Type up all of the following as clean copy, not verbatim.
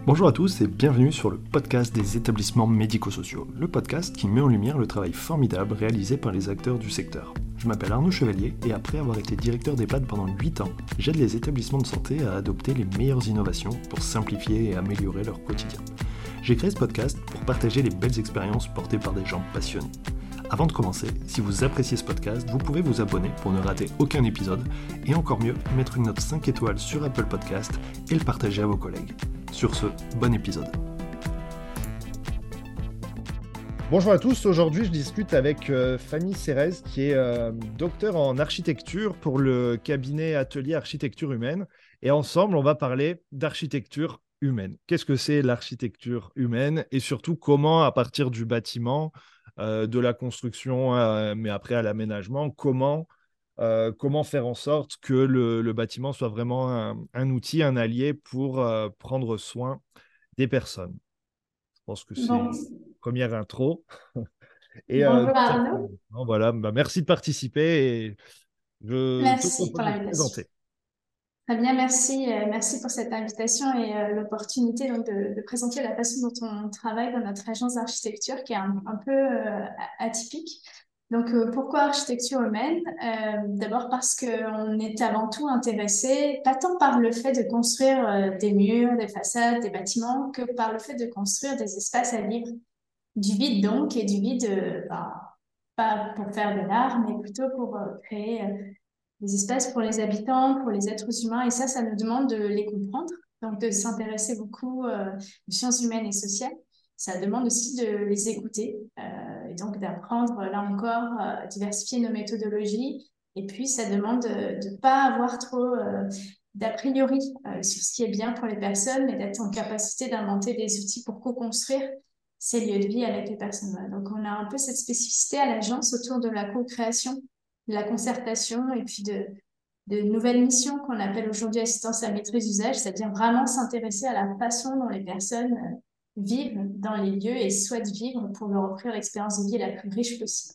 Bonjour à tous et bienvenue sur le podcast des établissements médico-sociaux, le podcast qui met en lumière le travail formidable réalisé par les acteurs du secteur. Je m'appelle Arnaud Chevalier et après avoir été directeur d'EHPAD pendant 8 ans, j'aide les établissements de santé à adopter les meilleures innovations pour simplifier et améliorer leur quotidien. J'ai créé ce podcast pour partager les belles expériences portées par des gens passionnés. Avant de commencer, si vous appréciez ce podcast, vous pouvez vous abonner pour ne rater aucun épisode et encore mieux, mettre une note 5 étoiles sur Apple Podcast et le partager à vos collègues. Sur ce, bon épisode. Bonjour à tous, aujourd'hui je discute avec Fanny Cérez qui est docteur en architecture pour le cabinet Atelier Architecture Humaine et ensemble on va parler d'architecture humaine. Qu'est-ce que c'est l'architecture humaine et surtout comment à partir du bâtiment, de la construction mais après à l'aménagement, comment faire en sorte que le bâtiment soit vraiment un outil, un allié pour prendre soin des personnes. Je pense que c'est Bon, une première intro. Et bonjour tout Arnaud, simplement, voilà, merci de participer et je te merci propose pour de te l'invitation. présenter. Très bien, merci pour cette invitation et l'opportunité donc, de présenter la façon dont on travaille dans notre agence d'architecture qui est un peu atypique. Donc, pourquoi architecture humaine? D'abord parce qu'on est avant tout intéressé, pas tant par le fait de construire des murs, des façades, des bâtiments, que par le fait de construire des espaces à vivre. Du vide donc, et du vide, pas pour faire de l'art, mais plutôt pour créer des espaces pour les habitants, pour les êtres humains. Et ça nous demande de les comprendre, donc de s'intéresser beaucoup aux sciences humaines et sociales. Ça demande aussi de les écouter et donc d'apprendre, là encore, diversifier nos méthodologies. Et puis, ça demande de ne pas avoir trop d'a priori sur ce qui est bien pour les personnes, mais d'être en capacité d'inventer des outils pour co-construire ces lieux de vie avec les personnes. Voilà. Donc, on a un peu cette spécificité à l'agence autour de la co-création, de la concertation et puis de nouvelles missions qu'on appelle aujourd'hui assistance à maîtrise d'usage, c'est-à-dire vraiment s'intéresser à la façon dont les personnes vivent dans les lieux et souhaitent vivre pour leur offrir l'expérience de vie la plus riche possible.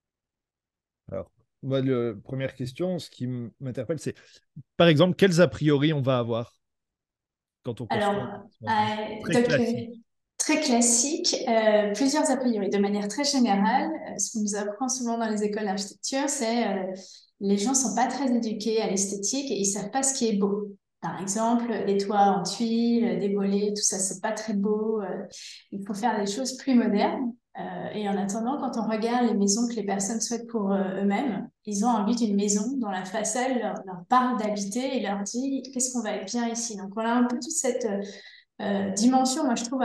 Alors, moi, première question, ce qui m'interpelle, c'est par exemple, quels a priori on va avoir quand on construit un Alors, bâtiment? Très donc, classique. très classique, plusieurs a priori. De manière très générale, ce qu'on nous apprend souvent dans les écoles d'architecture, c'est les gens sont pas très éduqués à l'esthétique et ils savent pas ce qui est beau. Par exemple, les toits en tuiles, des volets, tout ça, c'est pas très beau. Il faut faire des choses plus modernes. Et en attendant, quand on regarde les maisons que les personnes souhaitent pour eux-mêmes, ils ont envie d'une maison dont la façade leur parle d'habiter et leur dit qu'est-ce qu'on va être bien ici. Donc on a un peu toute cette dimension, moi je trouve,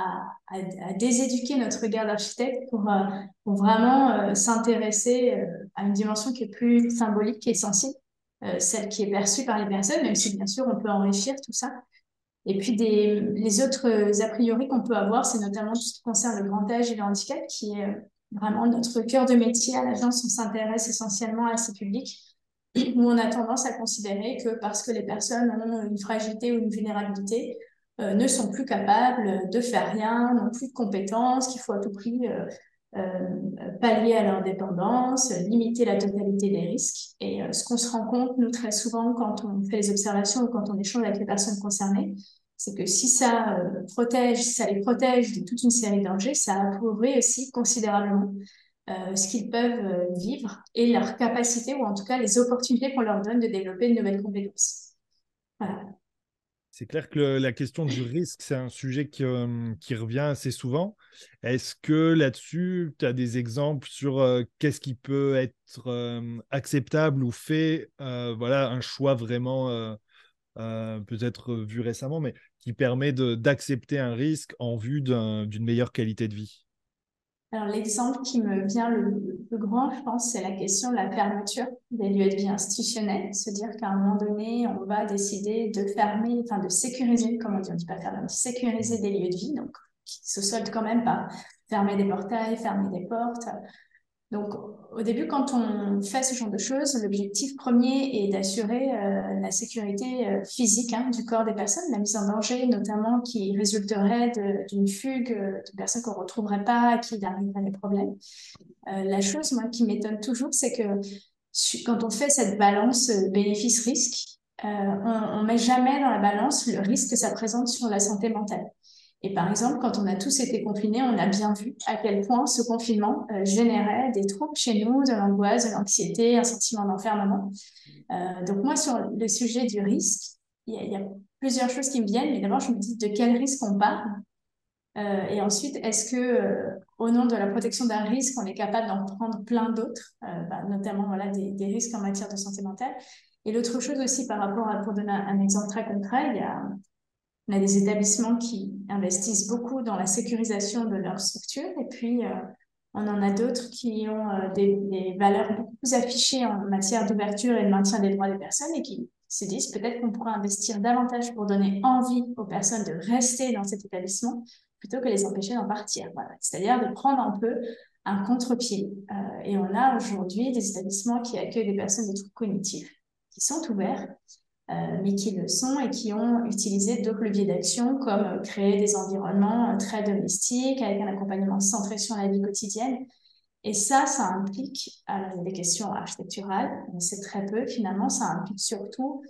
à déséduquer notre regard d'architecte pour vraiment s'intéresser à une dimension qui est plus symbolique, qui est sensible, celle qui est perçue par les personnes, même si bien sûr on peut enrichir tout ça. Et puis les autres a priori qu'on peut avoir, c'est notamment tout ce qui concerne le grand âge et le handicap, qui est vraiment notre cœur de métier à l'agence. On s'intéresse essentiellement à ces publics où on a tendance à considérer que parce que les personnes ont une fragilité ou une vulnérabilité, ne sont plus capables de faire rien, n'ont plus de compétences, qu'il faut à tout prix pallier à leur dépendance, limiter la totalité des risques. Et ce qu'on se rend compte, nous, très souvent, quand on fait les observations ou quand on échange avec les personnes concernées, c'est que si ça protège, si ça les protège de toute une série de dangers, ça appauvrit aussi considérablement ce qu'ils peuvent vivre et leur capacité, ou en tout cas les opportunités qu'on leur donne de développer de nouvelles compétences. Voilà. C'est clair que la question du risque, c'est un sujet qui revient assez souvent. Est-ce que là-dessus, tu as des exemples sur qu'est-ce qui peut être acceptable ou fait, voilà, un choix vraiment peut-être vu récemment, mais qui permet d'accepter un risque en vue d'une meilleure qualité de vie? Alors, l'exemple qui me vient le plus grand, je pense, c'est la question de la fermeture des lieux de vie institutionnels. Se dire qu'à un moment donné, on va décider de fermer, enfin de sécuriser, comme on dit pas fermer, sécuriser des lieux de vie, donc qui se soldent quand même par fermer des portails, fermer des portes, donc, au début, quand on fait ce genre de choses, l'objectif premier est d'assurer la sécurité physique du corps des personnes, la mise en danger notamment qui résulterait d'une fugue de personnes qu'on ne retrouverait pas, à qui il arriverait des problèmes. La chose, moi, qui m'étonne toujours, c'est que quand on fait cette balance bénéfice-risque, on met jamais dans la balance le risque que ça présente sur la santé mentale. Et par exemple, quand on a tous été confinés, on a bien vu à quel point ce confinement générait des troubles chez nous, de l'angoisse, de l'anxiété, un sentiment d'enfermement. Donc moi, sur le sujet du risque, il y a plusieurs choses qui me viennent, mais d'abord, je me dis de quel risque on parle. Et ensuite, est-ce que, au nom de la protection d'un risque, on est capable d'en prendre plein d'autres, notamment voilà, des risques en matière de santé mentale. Et l'autre chose aussi, par rapport à, pour donner un exemple très concret, on a des établissements qui investissent beaucoup dans la sécurisation de leur structure, et puis on en a d'autres qui ont des valeurs beaucoup plus affichées en matière d'ouverture et de maintien des droits des personnes, et qui se disent peut-être qu'on pourrait investir davantage pour donner envie aux personnes de rester dans cet établissement plutôt que les empêcher d'en partir. Voilà. C'est-à-dire de prendre un peu un contre-pied. Et on a aujourd'hui des établissements qui accueillent des personnes de troubles cognitifs, qui sont ouverts, mais qui le sont et qui ont utilisé d'autres leviers d'action comme créer des environnements très domestiques avec un accompagnement centré sur la vie quotidienne. Et ça implique, alors il y a des questions architecturales, mais c'est très peu finalement, ça implique surtout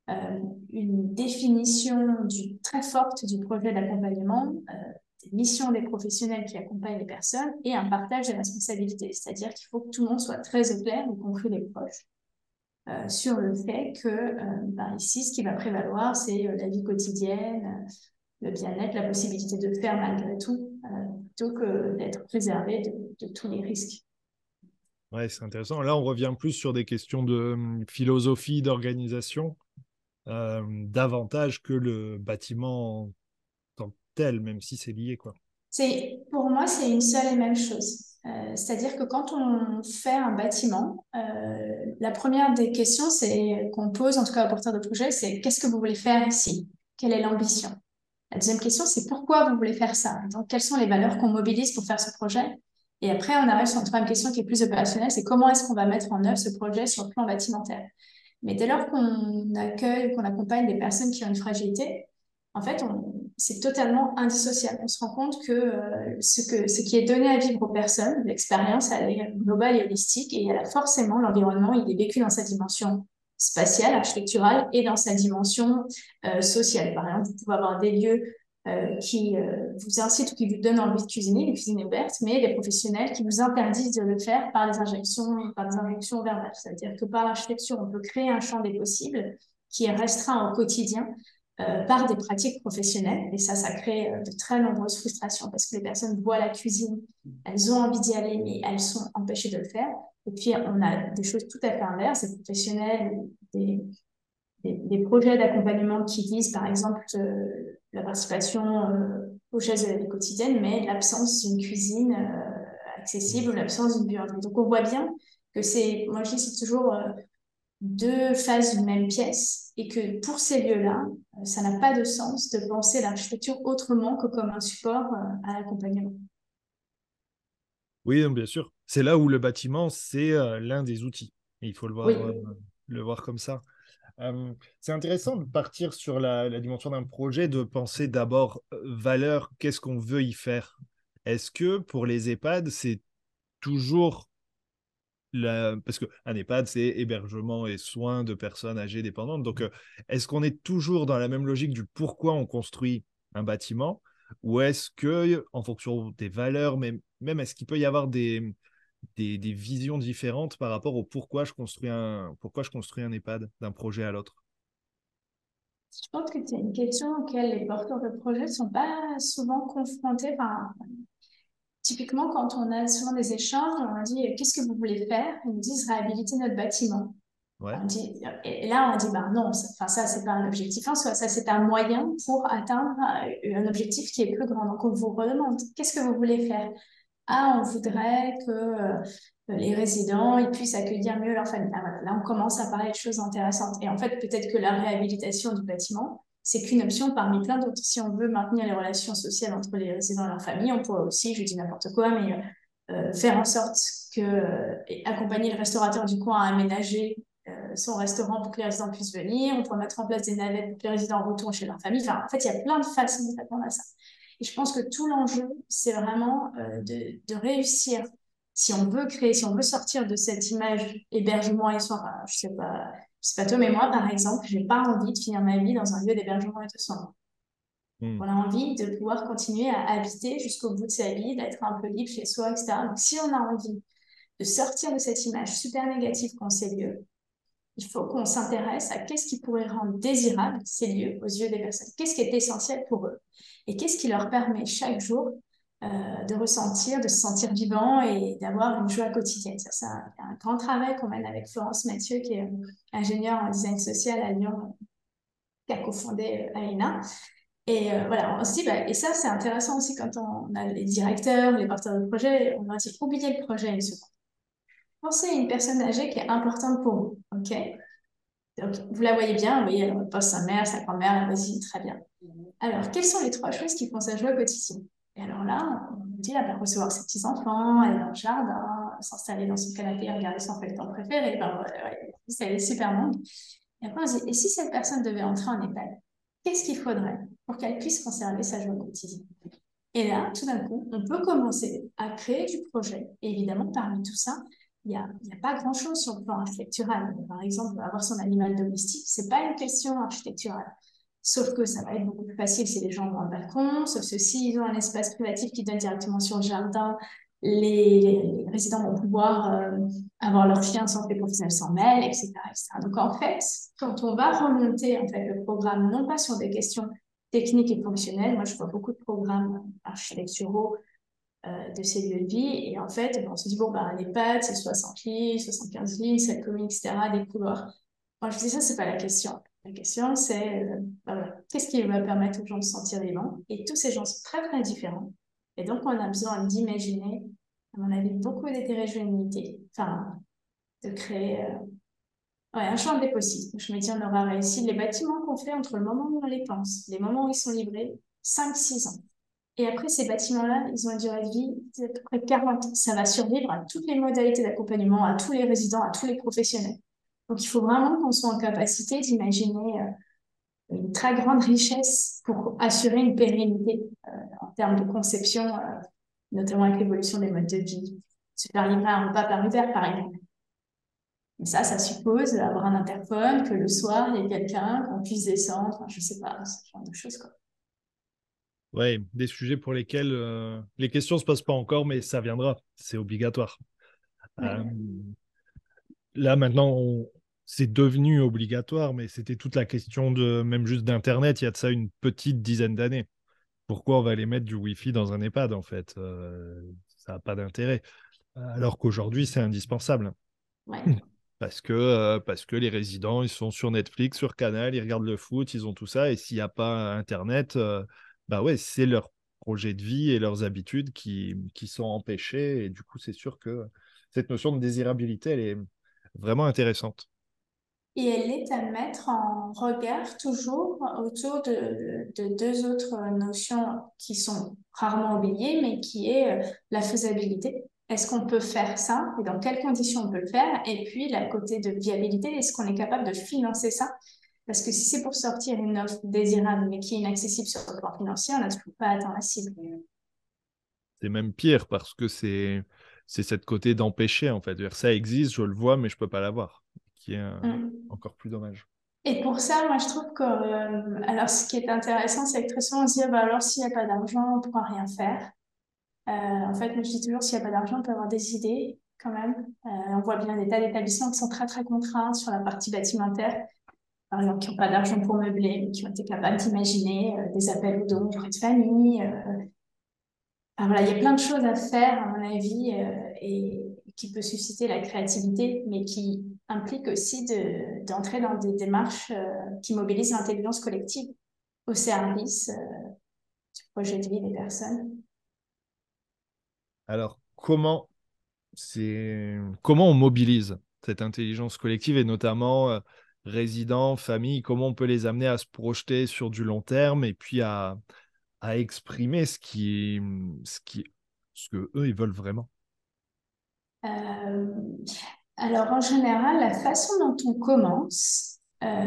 une définition très forte du projet d'accompagnement, des missions des professionnels qui accompagnent les personnes et un partage des responsabilités. C'est-à-dire qu'il faut que tout le monde soit très au clair, y compris les proches, sur le fait que ici, ce qui va prévaloir, c'est la vie quotidienne, le bien-être, la possibilité de faire malgré tout, plutôt que d'être préservé de tous les risques. Ouais, c'est intéressant. Là, on revient plus sur des questions de philosophie, d'organisation, davantage que le bâtiment en tant que tel, même si c'est lié, quoi. Pour moi, c'est une seule et même chose. C'est-à-dire que quand on fait un bâtiment, la première des questions qu'on pose, en tout cas au porteur de projet, c'est qu'est-ce que vous voulez faire ici? Quelle est l'ambition? La deuxième question, c'est pourquoi vous voulez faire ça? Donc, quelles sont les valeurs qu'on mobilise pour faire ce projet? Et après, on arrive sur une troisième question qui est plus opérationnelle, c'est comment est-ce qu'on va mettre en œuvre ce projet sur le plan bâtimentaire? Mais dès lors qu'on accueille, qu'on accompagne des personnes qui ont une fragilité, en fait, c'est totalement indissociable. On se rend compte que ce qui est donné à vivre aux personnes, l'expérience, elle est globale et holistique, et elle a forcément l'environnement, il est vécu dans sa dimension spatiale, architecturale, et dans sa dimension sociale. Par exemple, vous pouvez avoir des lieux qui vous incitent ou qui vous donnent envie de cuisiner, les cuisines ouvertes, mais des professionnels qui vous interdisent de le faire par des injonctions verbales. C'est-à-dire que par l'architecture, on peut créer un champ des possibles qui est restreint au quotidien par des pratiques professionnelles. Et ça crée de très nombreuses frustrations parce que les personnes voient la cuisine, elles ont envie d'y aller, mais elles sont empêchées de le faire. Et puis, on a des choses tout à fait inverses, des professionnels, des projets d'accompagnement qui visent, par exemple, la participation aux gestes de la vie quotidienne, mais l'absence d'une cuisine accessible ou l'absence d'une buanderie. Donc, on voit bien que moi je dis, c'est toujours deux faces d'une même pièce et que pour ces lieux-là, ça n'a pas de sens de penser l'architecture autrement que comme un support à l'accompagnement. Oui, bien sûr. C'est là où le bâtiment, c'est l'un des outils. Et il faut Oui. le voir comme ça. C'est intéressant de partir sur la dimension d'un projet, de penser d'abord valeur, qu'est-ce qu'on veut y faire. Est-ce que pour les EHPAD, c'est toujours parce qu'un EHPAD, c'est hébergement et soins de personnes âgées dépendantes. Donc, est-ce qu'on est toujours dans la même logique du pourquoi on construit un bâtiment, ou est-ce que, en fonction des valeurs, même est-ce qu'il peut y avoir des visions différentes par rapport au pourquoi je construis un EHPAD d'un projet à l'autre? Je pense que c'est une question auquel les porteurs de projets ne sont pas souvent confrontés. Enfin, typiquement, quand on a souvent des échanges, on dit qu'est-ce que vous voulez faire? Ils nous disent réhabiliter notre bâtiment. Ouais. Et là, on dit non, ça, c'est pas un objectif en soi, ça, c'est un moyen pour atteindre un objectif qui est plus grand. Donc, on vous redemande qu'est-ce que vous voulez faire? Ah, on voudrait que les résidents ils puissent accueillir mieux leur famille. Ah, voilà, là, on commence à parler de choses intéressantes. Et en fait, peut-être que la réhabilitation du bâtiment, c'est qu'une option parmi plein d'autres. Si on veut maintenir les relations sociales entre les résidents et leur famille, on pourrait aussi, je dis n'importe quoi, mais faire en sorte et accompagner le restaurateur du coin à aménager son restaurant pour que les résidents puissent venir. On pourrait mettre en place des navettes pour que les résidents retournent chez leur famille. Enfin, en fait, il y a plein de façons de répondre à ça. Et je pense que tout l'enjeu, c'est vraiment de réussir, si on veut sortir de cette image hébergement et soins, je sais pas, Je sais pas toi, mais moi, par exemple, j'ai pas envie de finir ma vie dans un lieu d'hébergement et de soins. Hmm. On a envie de pouvoir continuer à habiter jusqu'au bout de sa vie, d'être un peu libre chez soi, etc. Donc, si on a envie de sortir de cette image super négative qu'ont ces lieux, il faut qu'on s'intéresse à qu'est-ce qui pourrait rendre désirables ces lieux aux yeux des personnes. Qu'est-ce qui est essentiel pour eux et qu'est-ce qui leur permet chaque jour de ressentir, de se sentir vivant et d'avoir une joie quotidienne. Ça, c'est un grand travail qu'on mène avec Florence Mathieu, qui est ingénieure en design social à Lyon, qui a cofondé AENA. Et voilà, on se dit, bah, et ça, c'est intéressant aussi quand on a les directeurs, les porteurs de projet, on va dire, oublier le projet une seconde. Pensez à une personne âgée qui est importante pour vous, ok? Donc, vous la voyez bien, oui, elle poste sa mère, sa grand-mère, la voisine, très bien. Alors, quelles sont les trois choses qui font sa joie quotidienne? Et alors là, on dit, elle va recevoir ses petits-enfants, aller dans le jardin, s'installer dans son canapé, regarder son feuilleton préféré. Ben, ouais, c'est super monde. Et après, on se dit, et si cette personne devait entrer en EHPAD, qu'est-ce qu'il faudrait pour qu'elle puisse conserver sa joie quotidienne? Et là, tout d'un coup, on peut commencer à créer du projet. Et évidemment, parmi tout ça, il y a pas grand-chose sur le plan architectural. Par exemple, avoir son animal domestique, c'est pas une question architecturale. Sauf que ça va être beaucoup plus facile si les gens ont un balcon, sauf que s'ils ont un espace privatif qui donne directement sur le jardin, les résidents vont pouvoir avoir leur chien sans que les professionnels s'en mêlent, etc., etc. Donc en fait, quand on va remonter en fait, le programme, non pas sur des questions techniques et fonctionnelles, moi je vois beaucoup de programmes architecturaux de ces lieux de vie. Et en fait, on se dit, bon, ben, les pattes, c'est 60 lits, 75 lits, cette commune, etc., des couloirs. Moi, je dis ça, c'est pas la question. La question, c'est, ben voilà, qu'est-ce qui va permettre aux gens de se sentir vivants? Et tous ces gens sont très, très différents. Et donc, on a besoin d'imaginer, à mon avis, beaucoup d'hétérogénéité. Enfin, de créer ouais, un champ des possibles. Je me dis, on aura réussi les bâtiments qu'on fait entre le moment où on les pense, les moments où ils sont livrés, 5-6 ans. Et après, ces bâtiments-là, ils ont une durée de vie d'à peu près 40 ans. Ça va survivre à toutes les modalités d'accompagnement, à tous les résidents, à tous les professionnels. Donc, il faut vraiment qu'on soit en capacité d'imaginer une très grande richesse pour assurer une pérennité en termes de conception, notamment avec l'évolution des modes de vie. Se faire livrer un repas par hiver, par exemple. Mais ça suppose avoir un interphone, que le soir, il y ait quelqu'un, qu'on puisse descendre, enfin, je sais pas, ce genre de choses, quoi. Ouais, des sujets pour lesquels les questions ne se posent pas encore, mais ça viendra, c'est obligatoire. Euh, Ouais. Là, maintenant, c'est devenu obligatoire, mais c'était toute la question de même juste d'Internet, il y a de ça une petite dizaine d'années. Pourquoi on va aller mettre du Wi-Fi dans un EHPAD, en fait? Ça n'a pas d'intérêt. Alors qu'aujourd'hui, c'est indispensable. Ouais. Parce que les résidents, ils sont sur Netflix, sur Canal, ils regardent le foot, ils ont tout ça. Et s'il n'y a pas Internet, bah ouais, c'est leur projet de vie et leurs habitudes qui sont empêchés. Et du coup, c'est sûr que cette notion de désirabilité, elle est vraiment intéressante. Et elle est à mettre en regard toujours autour de deux autres notions qui sont rarement oubliées, mais qui est la faisabilité. Est-ce qu'on peut faire ça et dans quelles conditions on peut le faire? Et puis, la côté de viabilité, est-ce qu'on est capable de financer ça? Parce que si c'est pour sortir une offre désirable mais qui est inaccessible sur le plan financier, on n'a toujours pas atteint la cible. C'est même pire parce que c'est cette côté d'empêcher, en fait. C'est-à-dire, ça existe, je le vois, mais je ne peux pas l'avoir, qui est Mm. encore plus dommage. Et pour ça, moi, je trouve que, alors, ce qui est intéressant, c'est que très souvent, on se dit, ah bah, alors, s'il n'y a pas d'argent, on ne pourra rien faire. En fait, moi, je dis toujours, s'il n'y a pas d'argent, on peut avoir des idées quand même. On voit bien des tas d'établissements qui sont très, très contraints sur la partie bâtimentaire, par exemple, qui n'ont pas d'argent pour meubler, mais qui ont été capables d'imaginer des appels aux dons auprès de famille. Enfin, voilà, il y a plein de choses à faire, à mon avis, et qui peut susciter la créativité, mais qui implique aussi d'entrer dans des démarches qui mobilisent l'intelligence collective au service du projet de vie des personnes. Alors, comment on mobilise cette intelligence collective et notamment résidents, familles, comment on peut les amener à se projeter sur du long terme et puis à exprimer ce que eux ils veulent vraiment. Euh, alors, en général, la façon dont on commence,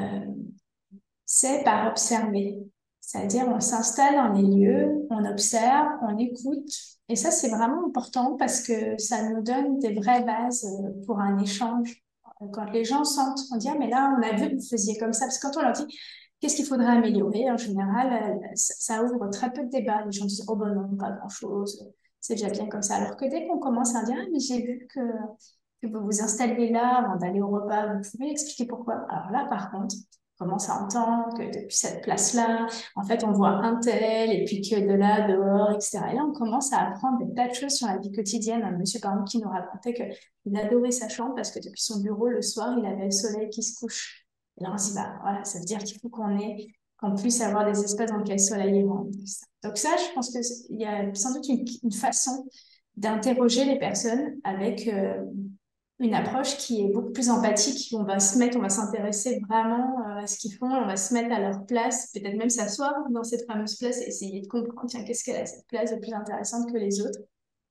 c'est par observer. C'est-à-dire, on s'installe dans les lieux, on observe, on écoute. Et ça, c'est vraiment important parce que ça nous donne des vraies bases pour un échange Quand les gens sentent, on dit, ah, mais là, on a vu que vous faisiez comme ça. Parce que quand on leur dit, qu'est-ce qu'il faudrait améliorer, en général, ça ouvre très peu de débats. Les gens disent, oh ben non, pas grand-chose, c'est déjà bien comme ça. Alors que dès qu'on commence à dire, ah, mais j'ai vu que vous vous installiez là avant d'aller au repas, vous pouvez expliquer pourquoi. Alors là, par contre, on commence à entendre que depuis cette place-là, en fait, on voit un tel, et puis que de là, dehors, etc. Et là, on commence à apprendre des tas de choses sur la vie quotidienne. Un monsieur, par exemple, qui nous racontait qu'il adorait sa chambre parce que depuis son bureau, le soir, il avait le soleil qui se couche. Et là, on se dit, bah, voilà, ça veut dire qu'il faut qu'on puisse avoir des espaces dans lesquels le soleil rentre. Donc ça, je pense qu'il y a sans doute une façon d'interroger les personnes avec une approche qui est beaucoup plus empathique, où on va s'intéresser vraiment à ce qu'ils font, on va se mettre à leur place, peut-être même s'asseoir dans cette fameuse place et essayer de comprendre, tiens, qu'est-ce qu'elle a cette place de plus intéressante que les autres.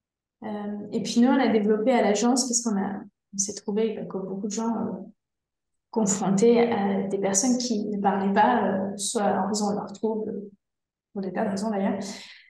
Et puis nous, on a développé à l'agence, parce on s'est trouvé, comme beaucoup de gens, confrontés à des personnes qui ne parlaient pas, soit en raison de leurs troubles, pour des tas de raisons d'ailleurs.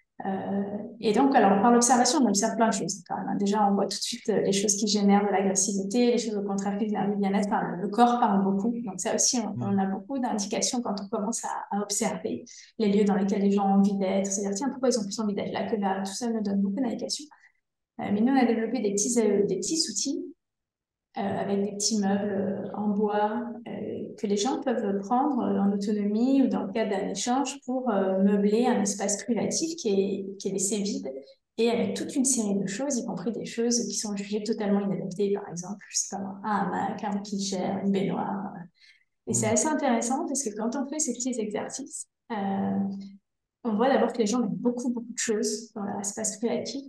Et donc, alors, par l'observation, on observe plein de choses quand même. Déjà, on voit tout de suite les choses qui génèrent de l'agressivité, les choses au contraire qui génèrent du bien-être. Enfin, le corps parle beaucoup. Donc ça aussi, on a beaucoup d'indications quand on commence à observer les lieux dans lesquels les gens ont envie d'être. C'est-à-dire, tiens, pourquoi ils ont plus envie d'être là que là? Tout ça nous donne beaucoup d'indications. Mais nous, on a développé des petits outils avec des petits meubles en bois que les gens peuvent prendre en autonomie ou dans le cadre d'un échange pour meubler un espace privatif qui est laissé vide et avec toute une série de choses, y compris des choses qui sont jugées totalement inadaptées, par exemple, je sais pas moi, un hamac, un rocking chair, une baignoire. Et c'est assez intéressant parce que quand on fait ces petits exercices, on voit d'abord que les gens mettent beaucoup, beaucoup de choses dans leur espace privatif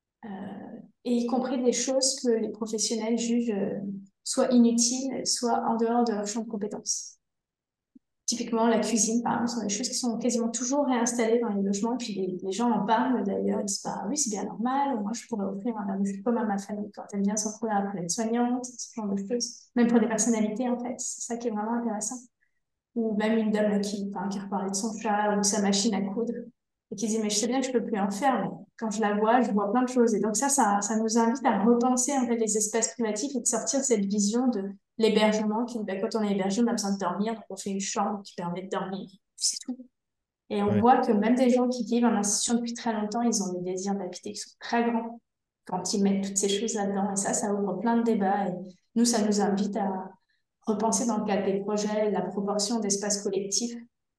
et y compris des choses que les professionnels jugent soit inutiles, soit en dehors de leur champ de compétences. Typiquement, la cuisine, par exemple, sont des choses qui sont quasiment toujours réinstallées dans les logements. Et puis, les gens en parlent d'ailleurs. Ils disent, bah oui, c'est bien normal. Moi, je pourrais offrir un verre de jus de pomme à ma famille quand elle vient s'en trouver après les soignante, ce genre de choses. Même pour des personnalités, en fait. C'est ça qui est vraiment intéressant. Ou même une dame qui reparlait de son chat ou de sa machine à coudre et qui dit, mais je sais bien que je peux plus en faire, mais quand je vois plein de choses. Et donc ça nous invite à repenser en fait les espaces privatifs et de sortir de cette vision de l'hébergement qui, ben, quand on est hébergé, on a besoin de dormir, donc on fait une chambre qui permet de dormir. C'est tout. Et on voit que même des gens qui vivent en institution depuis très longtemps, ils ont des désirs d'habiter qui sont très grands quand ils mettent toutes ces choses là-dedans. Et ça ouvre plein de débats. Et nous, ça nous invite à repenser dans le cadre des projets la proportion d'espaces collectifs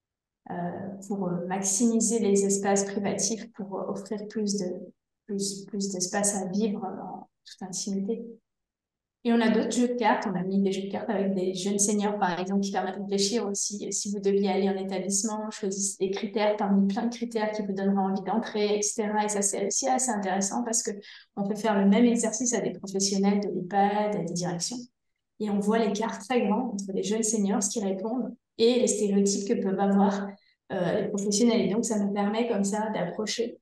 pour maximiser les espaces privatifs, pour offrir plus d'espace à vivre en toute intimité. Et on a d'autres jeux de cartes. On a mis des jeux de cartes avec des jeunes seniors, par exemple, qui permettent de réfléchir aussi. Si vous deviez aller en établissement, choisissez des critères parmi plein de critères qui vous donneront envie d'entrer, etc. Et ça, c'est aussi assez intéressant parce qu'on peut faire le même exercice à des professionnels de l'EHPAD, à des directions. Et on voit l'écart très grand entre les jeunes seniors, ce qui répondent, et les stéréotypes que peuvent avoir les professionnels. Et donc, ça nous permet comme ça d'approcher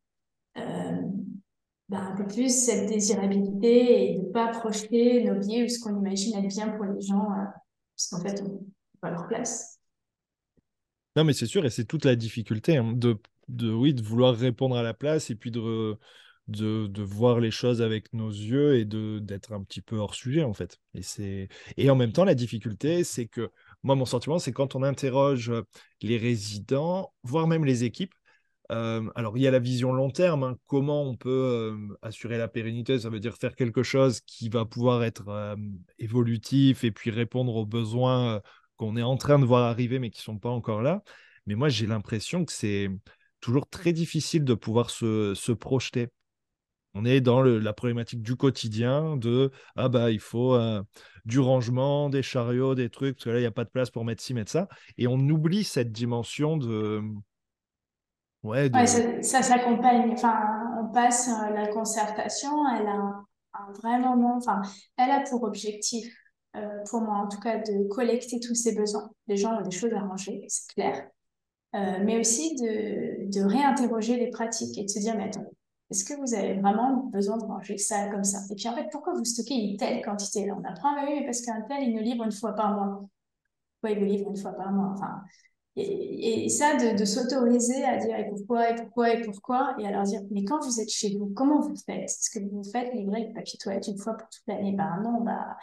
un peu plus cette désirabilité et de ne pas projeter nos biais ou ce qu'on imagine être bien pour les gens, parce qu'en fait, on n'est pas à leur place. Non, mais c'est sûr, et c'est toute la difficulté oui, de vouloir répondre à la place et puis de voir les choses avec nos yeux et d'être un petit peu hors sujet, en fait. Et en même temps, la difficulté, c'est que moi, mon sentiment, c'est quand on interroge les résidents, voire même les équipes. Alors, il y a la vision long terme, hein, comment on peut assurer la pérennité, ça veut dire faire quelque chose qui va pouvoir être évolutif et puis répondre aux besoins qu'on est en train de voir arriver mais qui ne sont pas encore là. Mais moi, j'ai l'impression que c'est toujours très difficile de pouvoir se projeter. On est dans la problématique du quotidien ah bah il faut du rangement, des chariots, des trucs, parce que là, il n'y a pas de place pour mettre ci, mettre ça. Et on oublie cette dimension de... Ouais, Ouais, ça s'accompagne. Enfin, on passe la concertation, elle a un vrai moment. Enfin, elle a pour objectif, pour moi en tout cas, de collecter tous ces besoins. Les gens ont des choses à ranger, c'est clair. Mais aussi de réinterroger les pratiques et de se dire, mais attends, est-ce que vous avez vraiment besoin de ranger ça comme ça? Et puis en fait, pourquoi vous stockez une telle quantité? Là, on apprend, bah oui, mais parce qu'un tel, il nous livre une fois par mois. Pourquoi il nous livre une fois par mois? Enfin, et ça, de s'autoriser à dire et pourquoi, et pourquoi, et pourquoi, et alors dire, mais quand vous êtes chez vous, comment vous faites? Est-ce que vous faites livrer le papier toilette une fois pour toute l'année? Ben non, bah,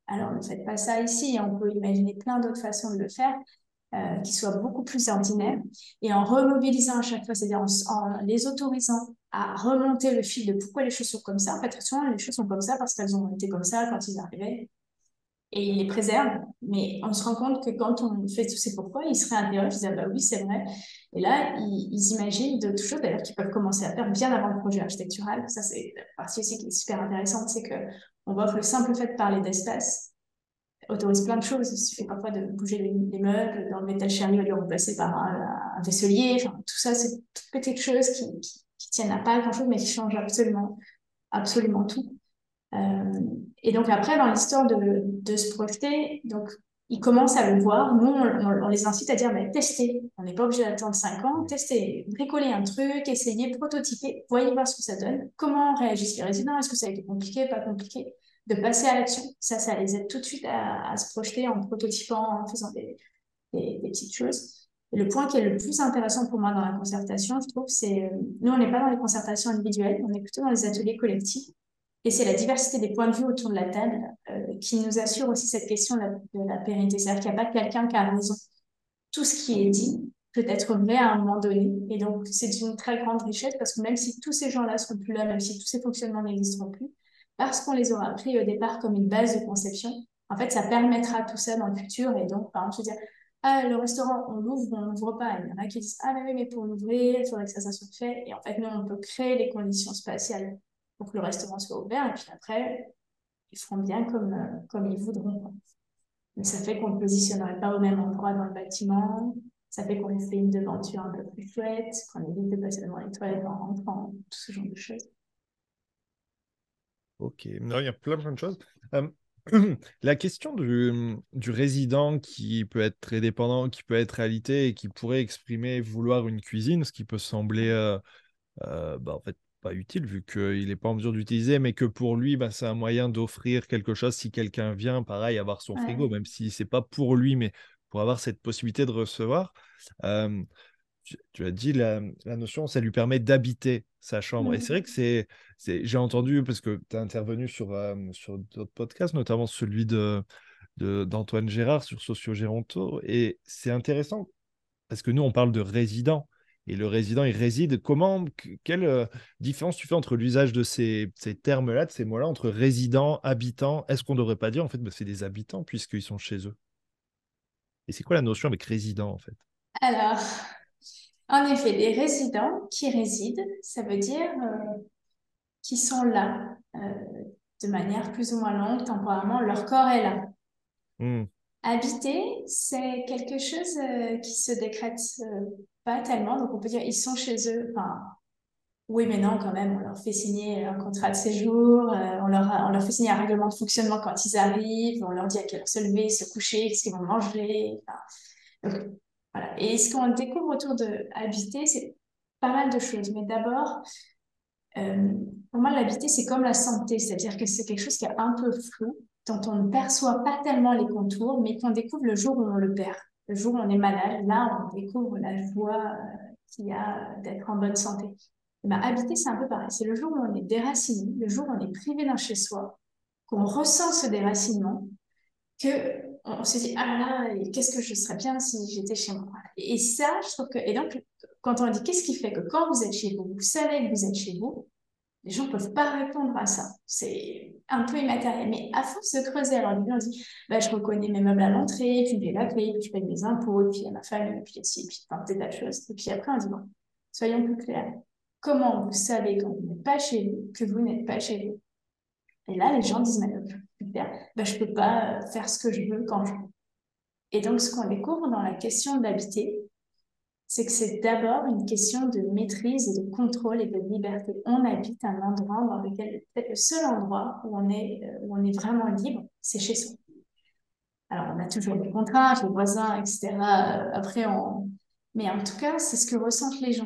alors ne faites pas ça ici. On peut imaginer plein d'autres façons de le faire qui soient beaucoup plus ordinaires. Et en remobilisant à chaque fois, c'est-à-dire en les autorisant à remonter le fil de pourquoi les choses sont comme ça. En fait, souvent, les choses sont comme ça parce qu'elles ont été comme ça quand ils arrivaient. Et ils les préservent. Mais on se rend compte que quand on fait tous ces pourquoi, ils se réinterrogent, ils disent, ah bah oui, c'est vrai. Et là, ils imaginent d'autres choses, d'ailleurs, qu'ils peuvent commencer à faire bien avant le projet architectural. Ça, c'est la partie aussi qui est super intéressante, c'est que on voit que le simple fait de parler d'espace autorise plein de choses. Il suffit parfois de bouger les meubles, d'enlever tel chariot et de le remplacer par un vaisselier. Enfin, tout ça, c'est toutes petites choses qui tiennent à pas grand-chose, mais qui changent absolument, absolument tout. Et donc après, dans l'histoire de se projeter, donc ils commencent à le voir. Nous, on les incite à dire, bah, testez. On n'est pas obligé d'attendre 5 ans. Testez, bricolez un truc, essayez, prototypez, voyez voir ce que ça donne. Comment réagissent les résidents? Est-ce que ça a été compliqué, pas compliqué? De passer à l'action. Ça les aide tout de suite à se projeter en prototypant, en faisant des petites choses. Et le point qui est le plus intéressant pour moi dans la concertation, je trouve, c'est, nous, on n'est pas dans les concertations individuelles, on est plutôt dans les ateliers collectifs. Et c'est la diversité des points de vue autour de la table qui nous assure aussi cette question de la pérennité. C'est-à-dire qu'il n'y a pas quelqu'un qui a raison. Tout ce qui est dit peut être vrai à un moment donné. Et donc, c'est une très grande richesse parce que même si tous ces gens-là ne seront plus là, même si tous ces fonctionnements n'existeront plus, parce qu'on les aura pris au départ comme une base de conception, en fait, ça permettra tout ça dans le futur. Et donc, par exemple, se dire, ah, le restaurant, on l'ouvre ou on l'ouvre pas. Il y en a qui disent, ah, mais oui, mais pour l'ouvrir, il faudrait que ça soit fait. Et en fait, nous, on peut créer les conditions spatiales pour que le restaurant soit ouvert. Et puis après, ils feront bien comme ils voudront. Mais ça fait qu'on ne positionnerait pas au même endroit dans le bâtiment. Ça fait qu'on fait une devanture un peu plus chouette, qu'on évite de passer devant les toilettes en rentrant, tout ce genre de choses. Ok, non, il y a plein de choses. Euh, la question du résident qui peut être très dépendant, qui peut être réalité et qui pourrait exprimer vouloir une cuisine, ce qui peut sembler en fait pas utile vu qu'il n'est pas en mesure d'utiliser, mais que pour lui, c'est un moyen d'offrir quelque chose si quelqu'un vient, pareil, avoir son frigo, Ouais. même si c'est pas pour lui, mais pour avoir cette possibilité de recevoir. Euh, tu as dit la notion, ça lui permet d'habiter sa chambre. Et c'est vrai que j'ai entendu, parce que tu as intervenu sur d'autres podcasts, notamment celui d'Antoine Gérard sur Sociogéronto. Et c'est intéressant parce que nous, on parle de résident. Et le résident, il réside. Quelle différence tu fais entre l'usage de ces termes-là, de ces mots-là, entre résident, habitant? Est-ce qu'on ne devrait pas dire, en fait, c'est des habitants puisqu'ils sont chez eux? Et c'est quoi la notion avec résident, en fait? Alors, en effet, les résidents qui résident, ça veut dire qui sont là de manière plus ou moins longue, temporairement, leur corps est là. Hmm. Habiter, c'est quelque chose qui se décrète pas tellement. Donc, on peut dire ils sont chez eux. Enfin, oui, mais non, quand même. On leur fait signer un contrat de séjour. On leur fait signer un règlement de fonctionnement quand ils arrivent. On leur dit à quelle heure se lever, se coucher, qu'est-ce qu'ils vont manger. Enfin, donc, voilà. Et ce qu'on découvre autour de habiter, c'est pas mal de choses. Mais d'abord, euh, pour moi, l'habiter, c'est comme la santé. C'est-à-dire que c'est quelque chose qui est un peu flou, dont on ne perçoit pas tellement les contours, mais qu'on découvre le jour où on le perd. Le jour où on est malade, là, on découvre la joie qu'il y a d'être en bonne santé. Et ben, habiter, c'est un peu pareil. C'est le jour où on est déraciné, le jour où on est privé d'un chez-soi, qu'on ressent ce déracinement, que on se dit, ah là là, qu'est-ce que je serais bien si j'étais chez moi. Et ça, je trouve que, et donc, quand on dit qu'est-ce qui fait que quand vous êtes chez vous, vous savez que vous êtes chez vous, les gens ne peuvent pas répondre à ça. C'est un peu immatériel. Mais à force de creuser, alors on dit, bah, je reconnais mes meubles à l'entrée, puis j'ai la clé, puis je paye mes impôts, puis il y a ma famille, puis ici, puis enfin, des tas de choses. Et puis après, on dit, bon, soyons plus clairs. Comment vous savez quand vous n'êtes pas chez vous que vous n'êtes pas chez vous? Et là, les gens disent, mais super, bah, je ne peux pas faire ce que je veux quand je veux. Et donc, ce qu'on découvre dans la question de l'habiter, c'est que c'est d'abord une question de maîtrise et de contrôle et de liberté. On habite un endroit dans lequel, peut-être le seul endroit où on est vraiment libre, c'est chez soi. Alors, on a toujours des contraintes, les voisins, etc. Après, mais en tout cas, c'est ce que ressentent les gens.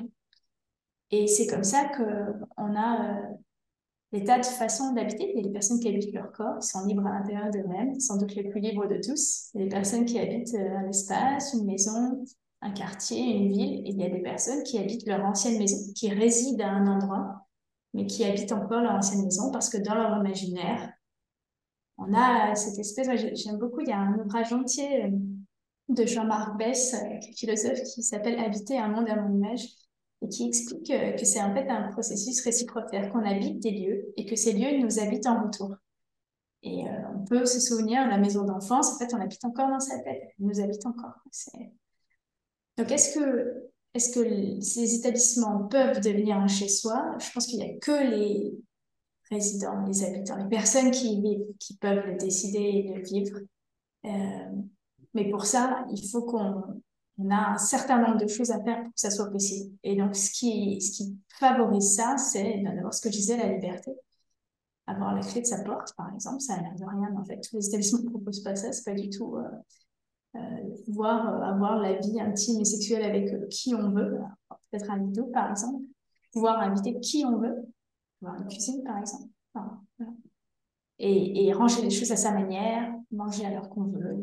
Et c'est comme ça qu'on a des tas de façons d'habiter. Il y a des personnes qui habitent leur corps, qui sont libres à l'intérieur d'eux-mêmes, sans doute les plus libres de tous. Il y a des personnes qui habitent un espace, une maison, un quartier, une ville. Et il y a des personnes qui habitent leur ancienne maison, qui résident à un endroit, mais qui habitent encore leur ancienne maison parce que dans leur imaginaire, On a cette espèce, moi, j'aime beaucoup, il y a un ouvrage entier de Jean-Marc Bess, philosophe, qui s'appelle Habiter un monde à mon image, et qui explique que c'est en fait un processus réciproque, c'est-à-dire qu'on habite des lieux et que ces lieux nous habitent en retour. Et on peut se souvenir de la maison d'enfance, en fait, on habite encore dans sa tête, elle nous habite encore. Donc, est-ce que ces établissements peuvent devenir un chez-soi? Je pense qu'il n'y a que les résidents, les habitants, les personnes qui y vivent, qui peuvent le décider et le vivre. Euh, mais pour ça, il faut qu'on a un certain nombre de choses à faire pour que ça soit possible. Et donc, ce qui favorise ça, c'est d'abord ce que je disais, la liberté. Avoir la clé de sa porte, par exemple, ça a l'air de rien. En fait, tous les établissements ne proposent pas ça. C'est pas du tout pouvoir avoir la vie intime et sexuelle avec qui on veut. Peut-être un lido, par exemple. Pouvoir inviter qui on veut. Avoir une cuisine, par exemple. Enfin, voilà. Et ranger les choses à sa manière, manger à l'heure qu'on veut.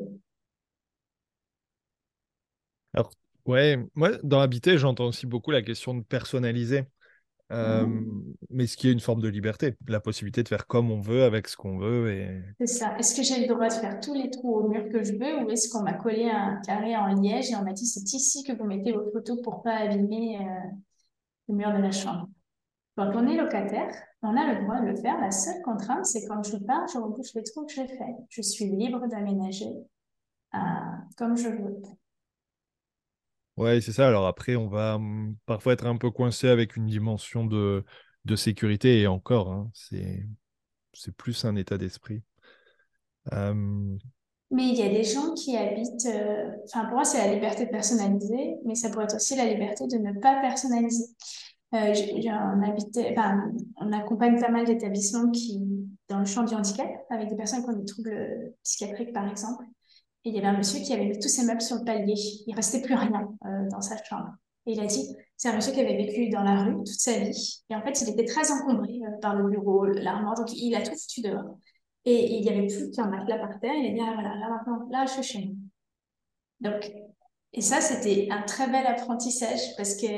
Alors, ouais, moi, dans Habiter, j'entends aussi beaucoup la question de personnaliser. Euh, Mhm. mais ce qui est une forme de liberté, la possibilité de faire comme on veut, avec ce qu'on veut. Et... C'est ça. Est-ce que j'ai le droit de faire tous les trous au mur que je veux ou est-ce qu'on m'a collé un carré en liège et on m'a dit c'est ici que vous mettez vos photos pour pas abîmer le mur de la chambre? Quand on est locataire, on a le droit de le faire. La seule contrainte, c'est quand je pars, je rebouche les trous que j'ai faits. Je suis libre d'aménager euh, comme je veux. Ouais, c'est ça. Alors après, on va parfois être un peu coincé avec une dimension de sécurité et encore, hein, c'est plus un état d'esprit. Euh, Mais il y a des gens qui habitent, enfin pour moi c'est la liberté de personnaliser, mais ça pourrait être aussi la liberté de ne pas personnaliser. Enfin, on accompagne pas mal d'établissements qui, dans le champ du handicap, avec des personnes qui ont des troubles psychiatriques par exemple. Et il y avait un monsieur qui avait mis tous ses meubles sur le palier. Il restait plus rien dans sa chambre. Et il a dit, c'est un monsieur qui avait vécu dans la rue toute sa vie. Et en fait, il était très encombré par le bureau, l'armoire, donc il a tout foutu dehors. Et il n'y avait plus qu'un matelas par terre. Il a dit, ah voilà, là maintenant, là je suis chez nous. Donc, et ça, c'était un très bel apprentissage parce que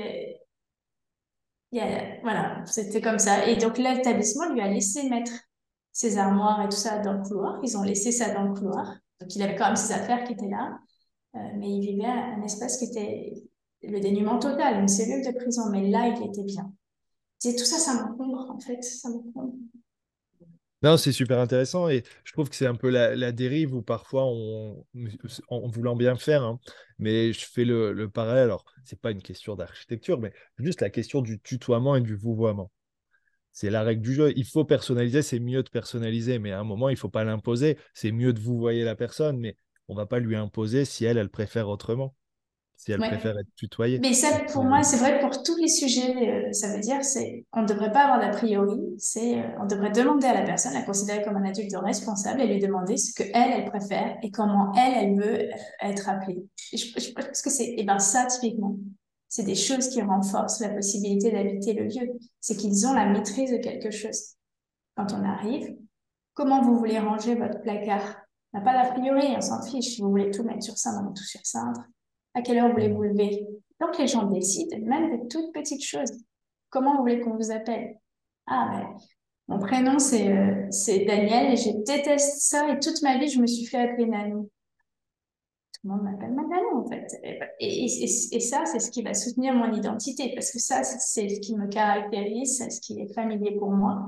voilà, c'était comme ça. Et donc l'établissement lui a laissé mettre ses armoires et tout ça dans le couloir. Ils ont laissé ça dans le couloir. Donc il avait quand même ses affaires qui étaient là. Mais il vivait un espace qui était le dénuement total, une cellule de prison. Mais là, il était bien. C'est tout ça, ça m'encombre, en fait. Ça m'encombre. Non, c'est super intéressant et je trouve que c'est un peu la dérive où parfois en voulant bien faire, hein, mais je fais le parallèle. Alors, c'est pas une question d'architecture, mais juste la question du tutoiement et du vouvoiement. C'est la règle du jeu. Il faut personnaliser, c'est mieux de personnaliser, mais à un moment, il faut pas l'imposer. C'est mieux de vouvoyer la personne, mais on va pas lui imposer si elle préfère autrement, si elle Ouais. préfère être tutoyée. Mais ça, Et pour moi, c'est vrai pour tous les sujets. Ça veut dire, on ne devrait pas avoir d'a priori. On devrait demander à la personne, la considérer comme un adulte responsable et lui demander ce que elle préfère et comment elle veut être appelée. Et je pense que ça, typiquement, c'est des choses qui renforcent la possibilité d'habiter le lieu. C'est qu'ils ont la maîtrise de quelque chose. Quand on arrive, comment vous voulez ranger votre placard? On n'a pas d'a priori, on s'en fiche. Si vous voulez tout mettre sur ça, on met tout sur cintre. À quelle heure voulez-vous Mm. lever? Donc les gens décident, même de toutes petites choses. Comment vous voulez qu'on vous appelle? Ah ben, mon prénom c'est Daniel et je déteste ça et toute ma vie je me suis fait appeler Nanou. Tout le monde m'appelle Nanou en fait. Et ça, c'est ce qui va soutenir mon identité parce que ça, c'est ce qui me caractérise, c'est ce qui est familier pour moi.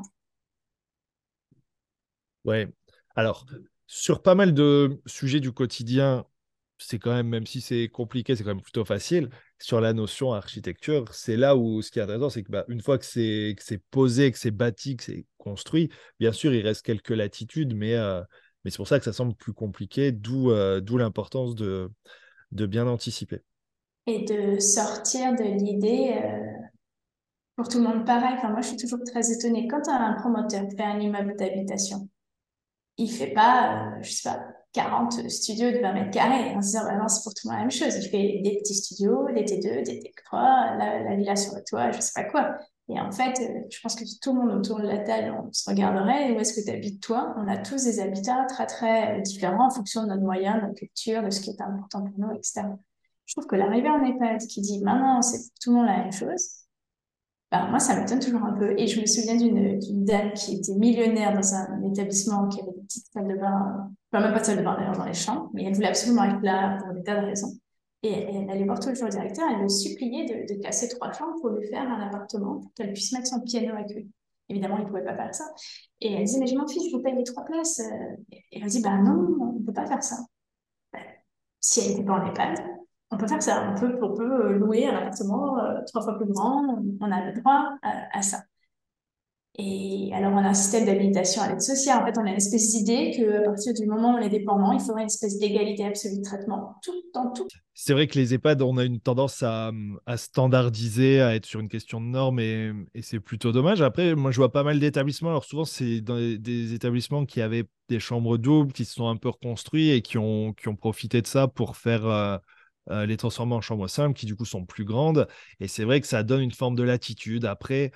Ouais. Alors, sur pas mal de sujets du quotidien, c'est quand même, même si c'est compliqué, c'est quand même plutôt facile. Sur la notion architecture, c'est là où ce qui est intéressant, c'est que une fois que c'est posé, que c'est bâti, que c'est construit, bien sûr, il reste quelques latitudes, mais c'est pour ça que ça semble plus compliqué, d'où l'importance de bien anticiper. Et de sortir de l'idée pour tout le monde pareil. Enfin, moi, je suis toujours très étonnée. Quand un promoteur fait un immeuble d'habitation, il fait pas, je sais pas, 40 studios de 20 mètres carrés en se disant, bah non, c'est pour tout le monde la même chose. Il fait des petits studios, des T2, des T3, la villa sur le toit, je sais pas quoi. Et en fait, je pense que tout le monde autour de la table, on se regarderait, où est-ce que tu habites toi? On a tous des habitats très, très différents en fonction de notre moyen, de notre culture, de ce qui est important pour nous, etc. Je trouve que l'arrivée en EHPAD qui dit, maintenant, c'est pour tout le monde la même chose, ben, moi, ça m'étonne toujours un peu. Et je me souviens d'une dame qui était millionnaire dans un établissement qui avait des petites salles de bain, enfin même pas de salle de bain d'ailleurs dans les chambres, mais elle voulait absolument être là pour des tas de raisons. Et elle allait voir toujours le directeur, elle le suppliait de casser 3 chambres pour lui faire un appartement pour qu'elle puisse mettre son piano avec lui. Évidemment, il ne pouvait pas faire ça. Et elle disait, mais je m'en fiche, je vous paye les 3 places. Et elle dit, bah non, on ne peut pas faire ça. Ben, si elle n'était pas en EHPAD, on peut faire ça. On peut louer un appartement 3 fois plus grand. On a le droit à ça. Et alors, on a un système d'habilitation à l'aide sociale. En fait, on a une espèce d'idée qu'à partir du moment où on est dépendant, il faudrait une espèce d'égalité absolue de traitement dans tout. C'est vrai que les EHPAD, on a une tendance à standardiser, à être sur une question de normes et c'est plutôt dommage. Après, moi, je vois pas mal d'établissements. Alors, souvent, c'est dans des établissements qui avaient des chambres doubles, qui se sont un peu reconstruits et qui ont profité de ça pour faire les transformer en chambres simples, qui du coup sont plus grandes. Et c'est vrai que ça donne une forme de latitude. Après,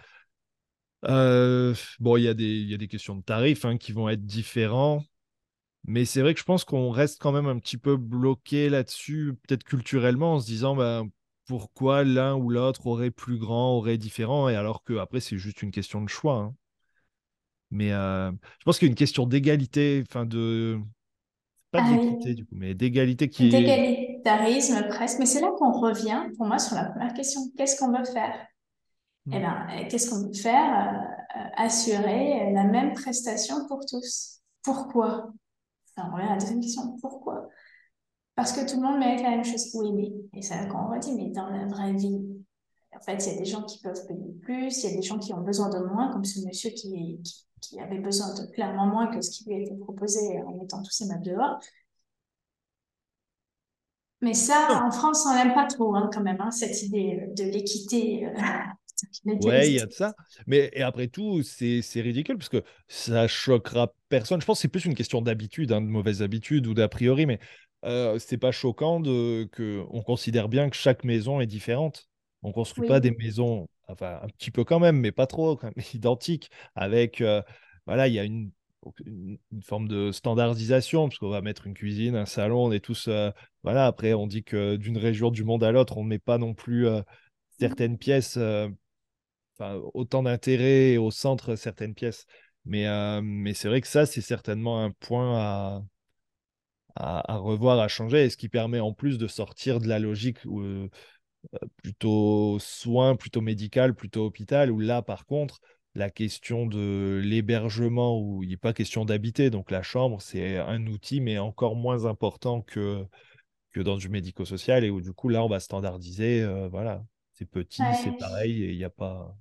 bon, il y a des questions de tarifs hein, qui vont être différents. Mais c'est vrai que je pense qu'on reste quand même un petit peu bloqué là-dessus, peut-être culturellement, en se disant bah, pourquoi l'un ou l'autre aurait plus grand, aurait différent, et alors que après c'est juste une question de choix. Hein. Mais je pense qu'il y a une question d'égalité, enfin pas Ah d'équité oui, du coup, mais d'égalité qui est. d'égalitarisme presque. Mais c'est là qu'on revient, pour moi, sur la première question. Qu'est-ce qu'on veut faire? Eh Hmm. bien, qu'est-ce qu'on veut faire? Assurer la même prestation pour tous. Pourquoi? Enfin, on revient à la deuxième question. Pourquoi? Parce que tout le monde mérite la même chose. Oui, mais, et ça, quand on redit, mais dans la vraie vie, en fait, il y a des gens qui peuvent payer plus, il y a des gens qui ont besoin de moins, comme ce monsieur qui avait besoin de clairement moins que ce qui lui a été proposé en mettant tous ses meubles dehors. Mais ça, Non. en France, on n'aime pas trop, hein, quand même, hein, cette idée de l'équité Ouais, il y a médiatisée. de ça. Mais et après tout, c'est ridicule parce que ça choquera personne. Je pense que c'est plus une question d'habitude, hein, de mauvaise habitude ou d'a priori, mais c'est pas choquant que on considère bien que chaque maison est différente. On construit pas des Oui. maisons, enfin un petit peu quand même, mais pas trop, quand même, identiques. Avec, voilà, il y a une forme de standardisation parce qu'on va mettre une cuisine, un salon, on est tous, voilà. Après, on dit que d'une région du monde à l'autre, on ne met pas non plus certaines pièces. Enfin, autant d'intérêt au centre certaines pièces. Mais c'est vrai que ça, c'est certainement un point à revoir, à changer, et ce qui permet en plus de sortir de la logique plutôt soin, plutôt médical, plutôt hôpital, où là, par contre, la question de l'hébergement, où il n'est pas question d'habiter, donc la chambre, c'est un outil, mais encore moins important que dans du médico-social, et où du coup, là, on va standardiser, voilà, c'est petit, c'est Ouais. pareil, et il n'y a pas.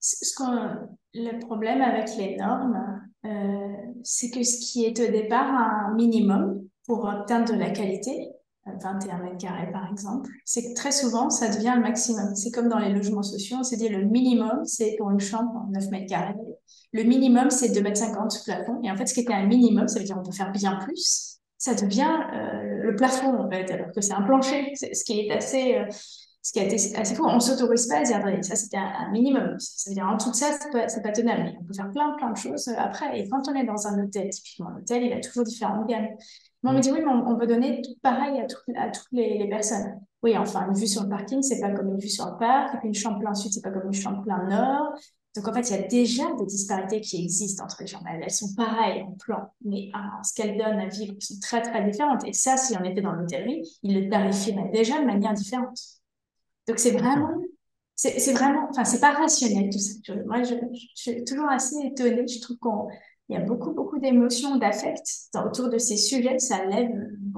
Le problème avec les normes, c'est que ce qui est au départ un minimum pour atteindre de la qualité, 21 mètres carrés par exemple, c'est que très souvent ça devient le maximum. C'est comme dans les logements sociaux, on s'est dit le minimum c'est pour une chambre 9 mètres carrés. Le minimum c'est 2,50 m sous plafond. Et en fait, ce qui était un minimum, ça veut dire on peut faire bien plus. Ça devient le plafond en fait, alors que c'est un plancher. Ce qui est assez ce qui a été assez fou. On ne s'autorise pas à dire, attendez, ça c'était un minimum. Ça veut dire en dessous de ça, c'est pas tenable. On peut faire plein de choses après. Et quand on est dans un hôtel, typiquement un hôtel, il a toujours différentes gammes. Mais on me Mm. dit, oui, mais on peut donner tout pareil à toutes les personnes. Oui, enfin, une vue sur le parking, c'est pas comme une vue sur le parc. Et puis une chambre plein sud, c'est pas comme une chambre plein nord. Donc en fait, il y a déjà des disparités qui existent entre les chambres. Elles sont pareilles en plan, mais ce qu'elles donnent à vivre sont très différentes. Et ça, si on était dans l'hôtellerie, ils le tarifieraient déjà de manière différente. Donc C'est vrai. c'est vraiment, enfin, c'est pas rationnel tout ça. Je suis toujours assez étonnée. Je trouve il y a beaucoup d'émotions, d'affects autour de ces sujets. Ça lève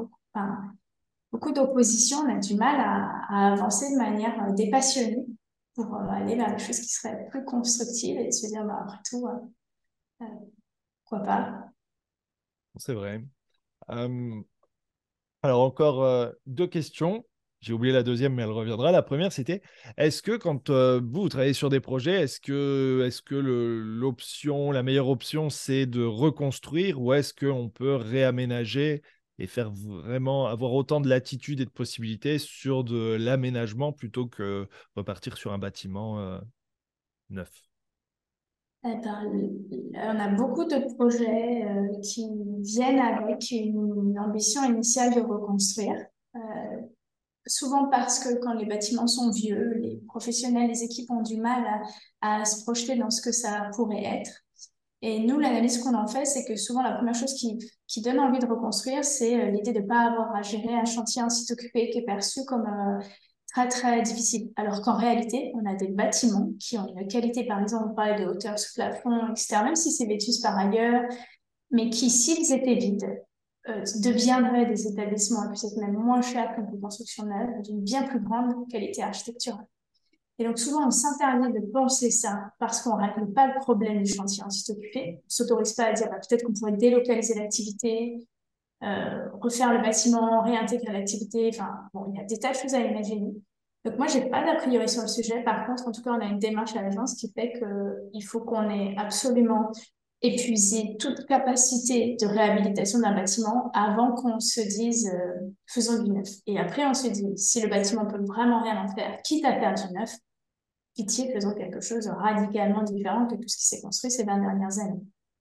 beaucoup d'opposition. On a du mal à avancer de manière dépassionnée pour aller vers des choses qui seraient plus constructives et se dire, bah, après tout, euh, pourquoi pas. C'est vrai. Euh, alors encore deux questions. J'ai oublié la deuxième, mais elle reviendra. La première, c'était, est-ce que quand vous travaillez sur des projets, est-ce que l'option, la meilleure option, c'est de reconstruire ou est-ce qu'on peut réaménager et faire vraiment avoir autant de latitude et de possibilités sur de l'aménagement plutôt que repartir sur un bâtiment neuf? Eh ben, on a beaucoup de projets qui viennent avec une ambition initiale de reconstruire. Euh, souvent parce que quand les bâtiments sont vieux, les professionnels, les équipes ont du mal à se projeter dans ce que ça pourrait être. Et nous, l'analyse qu'on en fait, c'est que souvent la première chose qui donne envie de reconstruire, c'est l'idée de ne pas avoir à gérer un chantier, un site occupé qui est perçu comme très, très difficile. Alors qu'en réalité, on a des bâtiments qui ont une qualité, par exemple, on parlait de hauteur sous plafond, etc., même si c'est vétus par ailleurs, mais qui, s'ils étaient vides, deviendraient des établissements, et peut-être même moins chers qu'une construction neuve, d'une bien plus grande qualité architecturale. Et donc, souvent, on s'interdit de penser ça parce qu'on ne règle pas le problème du chantier en site occupé. On ne s'autorise pas à dire bah, peut-être qu'on pourrait délocaliser l'activité, refaire le bâtiment, réintégrer l'activité. Enfin, bon, il y a des tas de choses à imaginer. Donc, moi, je n'ai pas d'a priori sur le sujet. Par contre, en tout cas, on a une démarche à l'agence qui fait qu'il faut qu'on ait absolument épuisé toute capacité de réhabilitation d'un bâtiment avant qu'on se dise faisons du neuf. Et après, on se dit si le bâtiment peut vraiment rien en faire, quitte à faire du neuf, pitié, faisons quelque chose de radicalement différent que tout ce qui s'est construit ces 20 dernières années.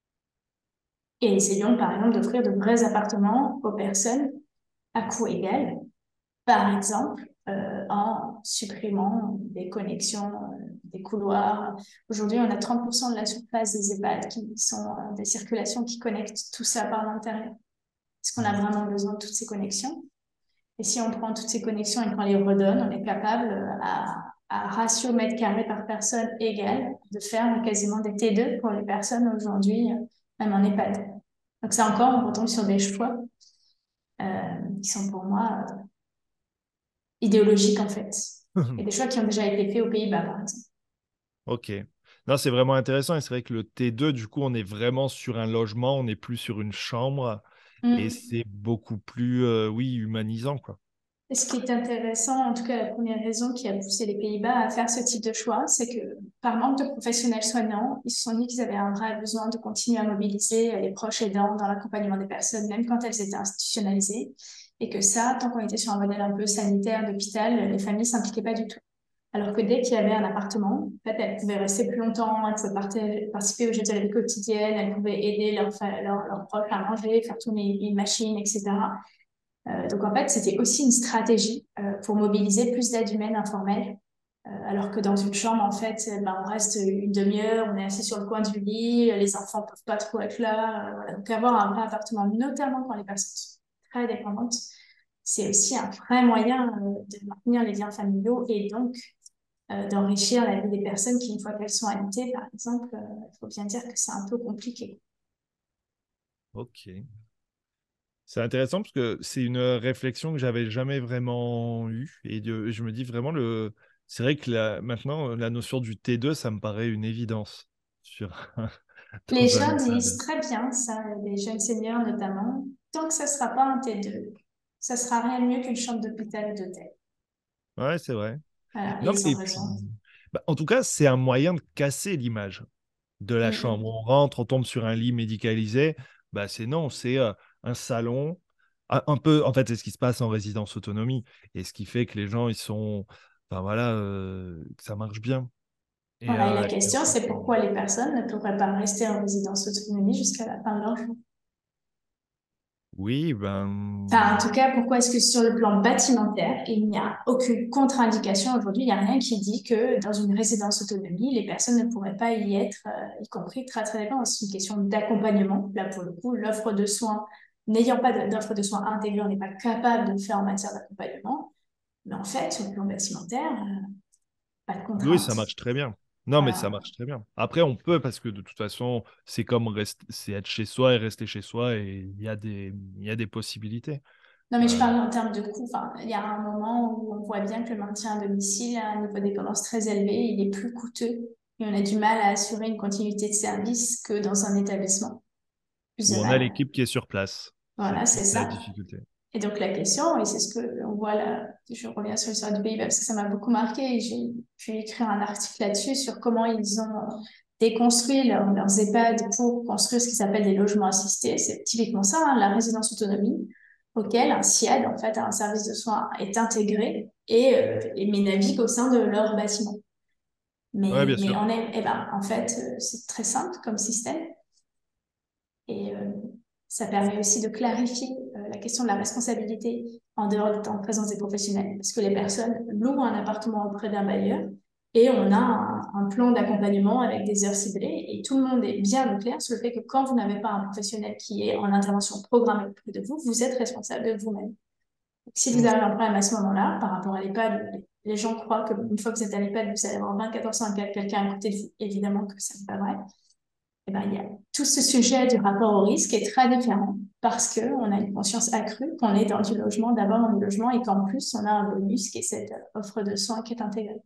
Et essayons, par exemple, d'offrir de vrais appartements aux personnes à coût égal, par exemple, en supprimant des connexions, des couloirs. Aujourd'hui, on a 30% de la surface des EHPAD qui sont des circulations qui connectent tout ça par l'intérieur. Est-ce qu'on a vraiment besoin de toutes ces connexions? Et si on prend toutes ces connexions et qu'on les redonne, on est capable, à ratio mètre carré par personne égal, de faire quasiment des T2 pour les personnes aujourd'hui, même en EHPAD. Donc ça encore, on retombe sur des choix qui sont pour moi idéologiques en fait. Et des choix qui ont déjà été faits aux Pays-Bas, par exemple. Ok. Non, c'est vraiment intéressant. Et c'est vrai que le T2, du coup, on est vraiment sur un logement, on n'est plus sur une chambre. Et c'est beaucoup plus, oui, humanisant, quoi. Et ce qui est intéressant, en tout cas, la première raison qui a poussé les Pays-Bas à faire ce type de choix, c'est que par manque de professionnels soignants, ils se sont dit qu'ils avaient un vrai besoin de continuer à mobiliser les proches aidants dans l'accompagnement des personnes, même quand elles étaient institutionnalisées. Et que ça, tant qu'on était sur un modèle un peu sanitaire d'hôpital, les familles ne s'impliquaient pas du tout. Alors que dès qu'il y avait un appartement, en fait, elles pouvaient rester plus longtemps, elles pouvaient participer aux jeux de la vie quotidienne, elles pouvaient aider leurs proches à manger, faire tourner une machine, etc. Donc en fait, c'était aussi une stratégie pour mobiliser plus d'aide humaine informelle. Alors que dans une chambre, en fait, ben, on reste une demi-heure, on est assis sur le coin du lit, les enfants ne peuvent pas trop être là. Voilà. Donc avoir un vrai appartement, notamment quand les personnes sont très dépendantes, c'est aussi un vrai moyen de maintenir les liens familiaux et donc d'enrichir la vie des personnes qui, une fois qu'elles sont habitées, par exemple, il faut bien dire que c'est un peu compliqué. Ok. C'est intéressant parce que c'est une réflexion que j'avais jamais vraiment eue. Et je me dis vraiment, c'est vrai que maintenant, la notion du T2, ça me paraît une évidence sur... Les dans un gens disent EHPAD. très bien, ça, les jeunes seniors notamment, tant que ça ne sera pas un T2, ça sera rien de mieux qu'une chambre d'hôpital ou d'hôtel. Ouais, c'est vrai. Voilà, et Non, ils ont et raison. puis, bah, en tout cas, c'est un moyen de casser l'image de la chambre. Mm. On rentre, on tombe sur un lit médicalisé. Bah, c'est non, c'est un salon. Un peu, en fait, c'est ce qui se passe en résidence autonomie. Et ce qui fait que les gens, ils sont. Enfin, voilà, que ça marche bien. Voilà, et la Et en question, fait, c'est pourquoi les personnes ne pourraient pas rester en résidence autonomie jusqu'à la fin de leur vie. oui, Enfin, en ben. tout cas, pourquoi est-ce que sur le plan bâtimentaire, il n'y a aucune contre-indication aujourd'hui, il n'y a rien qui dit que dans une résidence autonomie, les personnes ne pourraient pas y être, y compris très très dépendant. C'est une question d'accompagnement. Là, pour le coup, l'offre de soins, n'ayant pas d'offre de soins intégrée, on n'est pas capable de le faire en matière d'accompagnement. Mais en fait, sur le plan bâtimentaire, pas de Oui, ça contraintes. marche très bien. Non, mais ça Voilà. marche très bien. Après, on peut, parce que de toute façon, c'est comme c'est être chez soi et rester chez soi, et il y a des possibilités. Non, mais je Euh, parle en termes de coût. Enfin, il y a un moment où on voit bien que le maintien à domicile a un niveau de dépendance très élevé, il est plus coûteux et on a du mal à assurer une continuité de service que dans un établissement plus où on a aval. l'équipe qui est sur place. C'est Voilà, toute c'est la ça. difficulté. Et donc la question, et c'est ce que on voit là, je reviens sur l'histoire du Pays-Bas parce que ça m'a beaucoup marqué et j'ai pu écrire un article là-dessus sur comment ils ont déconstruit leurs EHPAD pour construire ce qu'ils appellent des logements assistés. C'est typiquement ça, hein, la résidence autonomie, auquel un SIAD, en fait, un service de soins, est intégré mais navigue au sein de leur bâtiment. Oui, bien Mais sûr. on est, eh ben, en fait, c'est très simple comme système. Et Ça permet aussi de clarifier la question de la responsabilité en dehors du temps de présence des professionnels, parce que les personnes louent un appartement auprès d'un bailleur et on a un plan d'accompagnement avec des heures ciblées et tout le monde est bien au clair sur le fait que quand vous n'avez pas un professionnel qui est en intervention programmée auprès de vous, vous êtes responsable de vous-même. Si vous avez un problème à ce moment-là, par rapport à l'EHPAD, les gens croient qu'une fois que vous êtes à l'EHPAD, vous allez avoir 24 heures sur 24 quelqu'un à côté de vous. Évidemment que ce n'est pas vrai. Eh ben, il y a tout ce sujet du rapport au risque est très différent parce qu'on a une conscience accrue qu'on est dans du logement, d'abord dans du logement, et qu'en plus, on a un bonus qui est cette offre de soins qui est intégrée.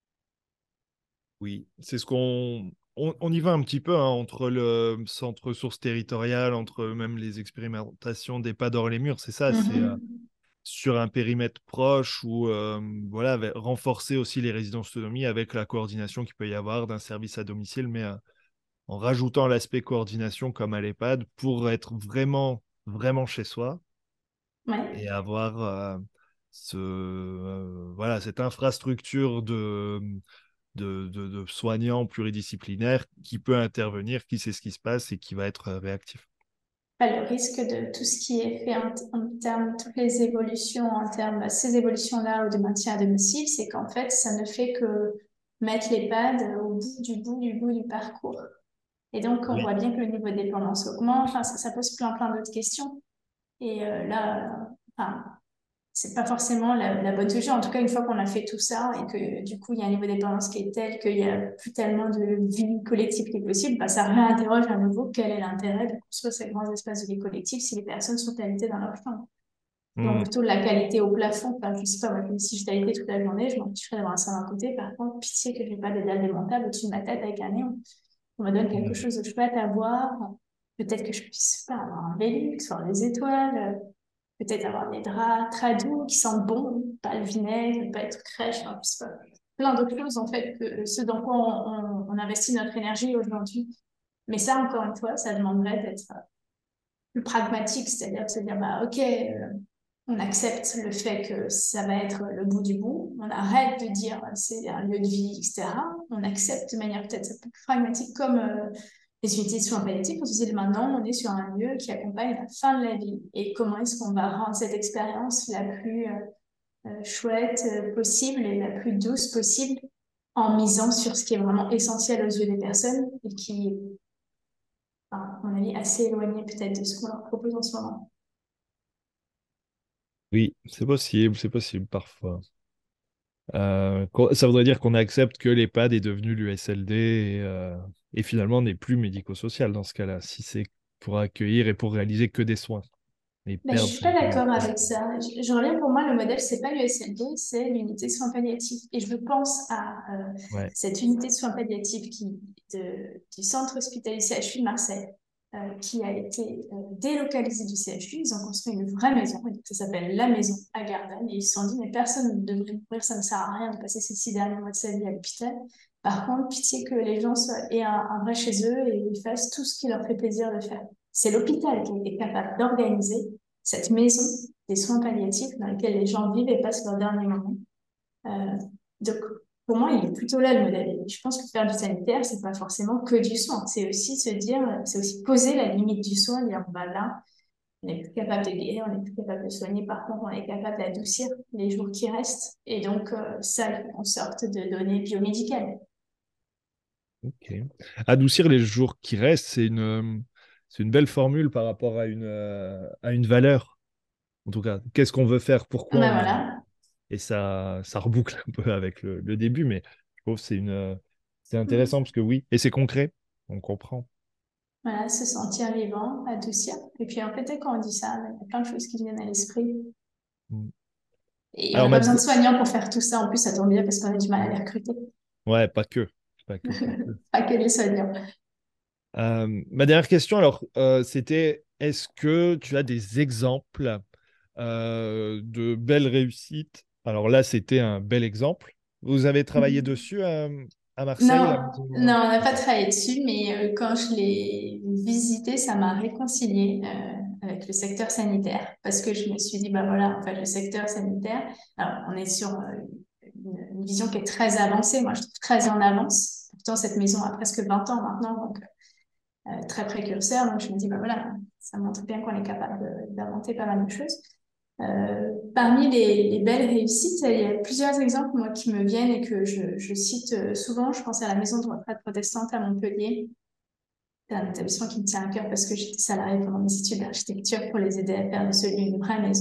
Oui, c'est ce on y va un petit peu hein, entre le centre ressources territoriales, entre même les expérimentations d'EHPAD hors les murs, c'est ça, c'est sur un périmètre proche ou voilà, renforcer aussi les résidences autonomie avec la coordination qu'il peut y avoir d'un service à domicile, mais en rajoutant l'aspect coordination comme à l'EHPAD pour être vraiment, vraiment chez soi Ouais. et avoir voilà, cette infrastructure de soignants pluridisciplinaires qui peut intervenir, qui sait ce qui se passe et qui va être réactif. Le risque de tout ce qui est fait en termes, toutes les évolutions, en termes, ces évolutions-là ou de maintien à domicile, c'est qu'en fait, ça ne fait que mettre les pads au bout du parcours. Et donc, on Oui. voit bien que le niveau de dépendance augmente. Enfin, ça pose plein d'autres questions. Et enfin, c'est pas forcément la bonne solution. En tout cas, une fois qu'on a fait tout ça et que du coup, il y a un niveau de dépendance qui est tel qu'il n'y a plus tellement de vie collective qui est possible, bah, ça réinterroge à nouveau quel est l'intérêt de construire ces grands espaces de vie collective si les personnes sont alitées dans leur chambre. Donc, Mm. plutôt de la qualité au plafond. Enfin, je sais pas, moi, si je suis alitée toute la journée, je m'en ficherais d'avoir un sein d'un côté. Par contre, pitié que je n'ai pas de dalle démontable au-dessus de ma tête avec un néon. On me donne quelque Ouais. chose de chouette à voir. Peut-être que je puisse pas avoir un Velux, voir les étoiles. Peut-être avoir des draps très doux qui sentent bon, pas le vinaigre, pas être crèche, enfin, je sais pas. Plein d'autres choses, en fait, que ce dans quoi on investit notre énergie aujourd'hui. Mais ça, encore une fois, ça demanderait d'être plus pragmatique, c'est-à-dire de se dire, bah, OK, on accepte le fait que ça va être le bout du bout. On arrête de dire c'est un lieu de vie, etc. On accepte de manière peut-être plus pragmatique comme les unités de soins palliatifs. On se dit maintenant, on est sur un lieu qui accompagne la fin de la vie. Et comment est-ce qu'on va rendre cette expérience la plus chouette possible et la plus douce possible en misant sur ce qui est vraiment essentiel aux yeux des personnes et qui est, à mon avis, assez éloigné peut-être de ce qu'on leur propose en ce moment. Oui, c'est possible parfois. Ça voudrait dire qu'on accepte que l'EHPAD est devenu l'USLD et finalement n'est plus médico-social dans ce cas-là, si c'est pour accueillir et pour réaliser que des soins et Ben, je perdre suis cette pas d'accord dimension. avec ça. Je reviens pour moi, le modèle, c'est pas l'USLD, c'est l'unité de soins palliatifs. Et je pense à Ouais, cette unité de soins palliatifs du centre hospitalier CHU de Marseille, qui a été délocalisée du CHU. Ils ont construit une vraie maison, et donc ça s'appelle la maison à Gardanne. Et ils se sont dit, mais personne ne devrait mourir, ça ne sert à rien de passer ces 6 derniers mois de sa vie à l'hôpital. Par contre, pitié que les gens aient un vrai chez eux et ils fassent tout ce qui leur fait plaisir de faire. C'est l'hôpital qui a été capable d'organiser cette maison des soins palliatifs dans laquelle les gens vivent et passent leur dernier moment. Euh, donc, pour moi, il est plutôt là le modèle. Je pense que faire du sanitaire, c'est pas forcément que du soin. C'est aussi se dire, c'est aussi poser la limite du soin, dire, bah là, on n'est plus capable de guérir, on n'est plus capable de soigner. Par contre, on est capable d'adoucir les jours qui restent. Et donc, ça, en sorte de données biomédicales. ok. Adoucir les jours qui restent, c'est une belle formule par rapport à une valeur. En tout cas, qu'est-ce qu'on veut faire, pourquoi Ben on est. voilà, Et ça reboucle un peu avec le début, mais je trouve que c'est intéressant parce que oui, et c'est concret, on comprend. voilà, se sentir vivant, adoucir. Et puis, en fait, quand on dit ça, ben, il y a plein de choses qui viennent à l'esprit. Mm. Et on Alors, n'a pas besoin de soignants pour faire tout ça. En plus, ça tombe bien parce qu'on a du mal à les recruter. ouais, pas que. Pas que, pas que. Pas que les soignants. Ma dernière question, alors, c'était est-ce que tu as des exemples de belles réussites? Alors là, c'était un bel exemple. Vous avez travaillé dessus à Marseille, la Non, maison? non, on n'a pas travaillé dessus, mais quand je l'ai visité, ça m'a réconcilié avec le secteur sanitaire parce que je me suis dit, bah voilà, en fait, le secteur sanitaire, alors on est sur une vision qui est très avancée, moi je trouve très en avance. Pourtant, cette maison a presque 20 ans maintenant, donc très précurseur. Donc, je me dis, bah voilà, ça montre bien qu'on est capable d'inventer pas mal de choses. Parmi les belles réussites, il y a plusieurs exemples, moi, qui me viennent et que je cite souvent. Je pense à la maison de retraite protestante à Montpellier. C'est un établissement qui me tient à cœur parce que j'étais salariée pendant mes études d'architecture pour les aider à faire de ce lieu une vraie maison.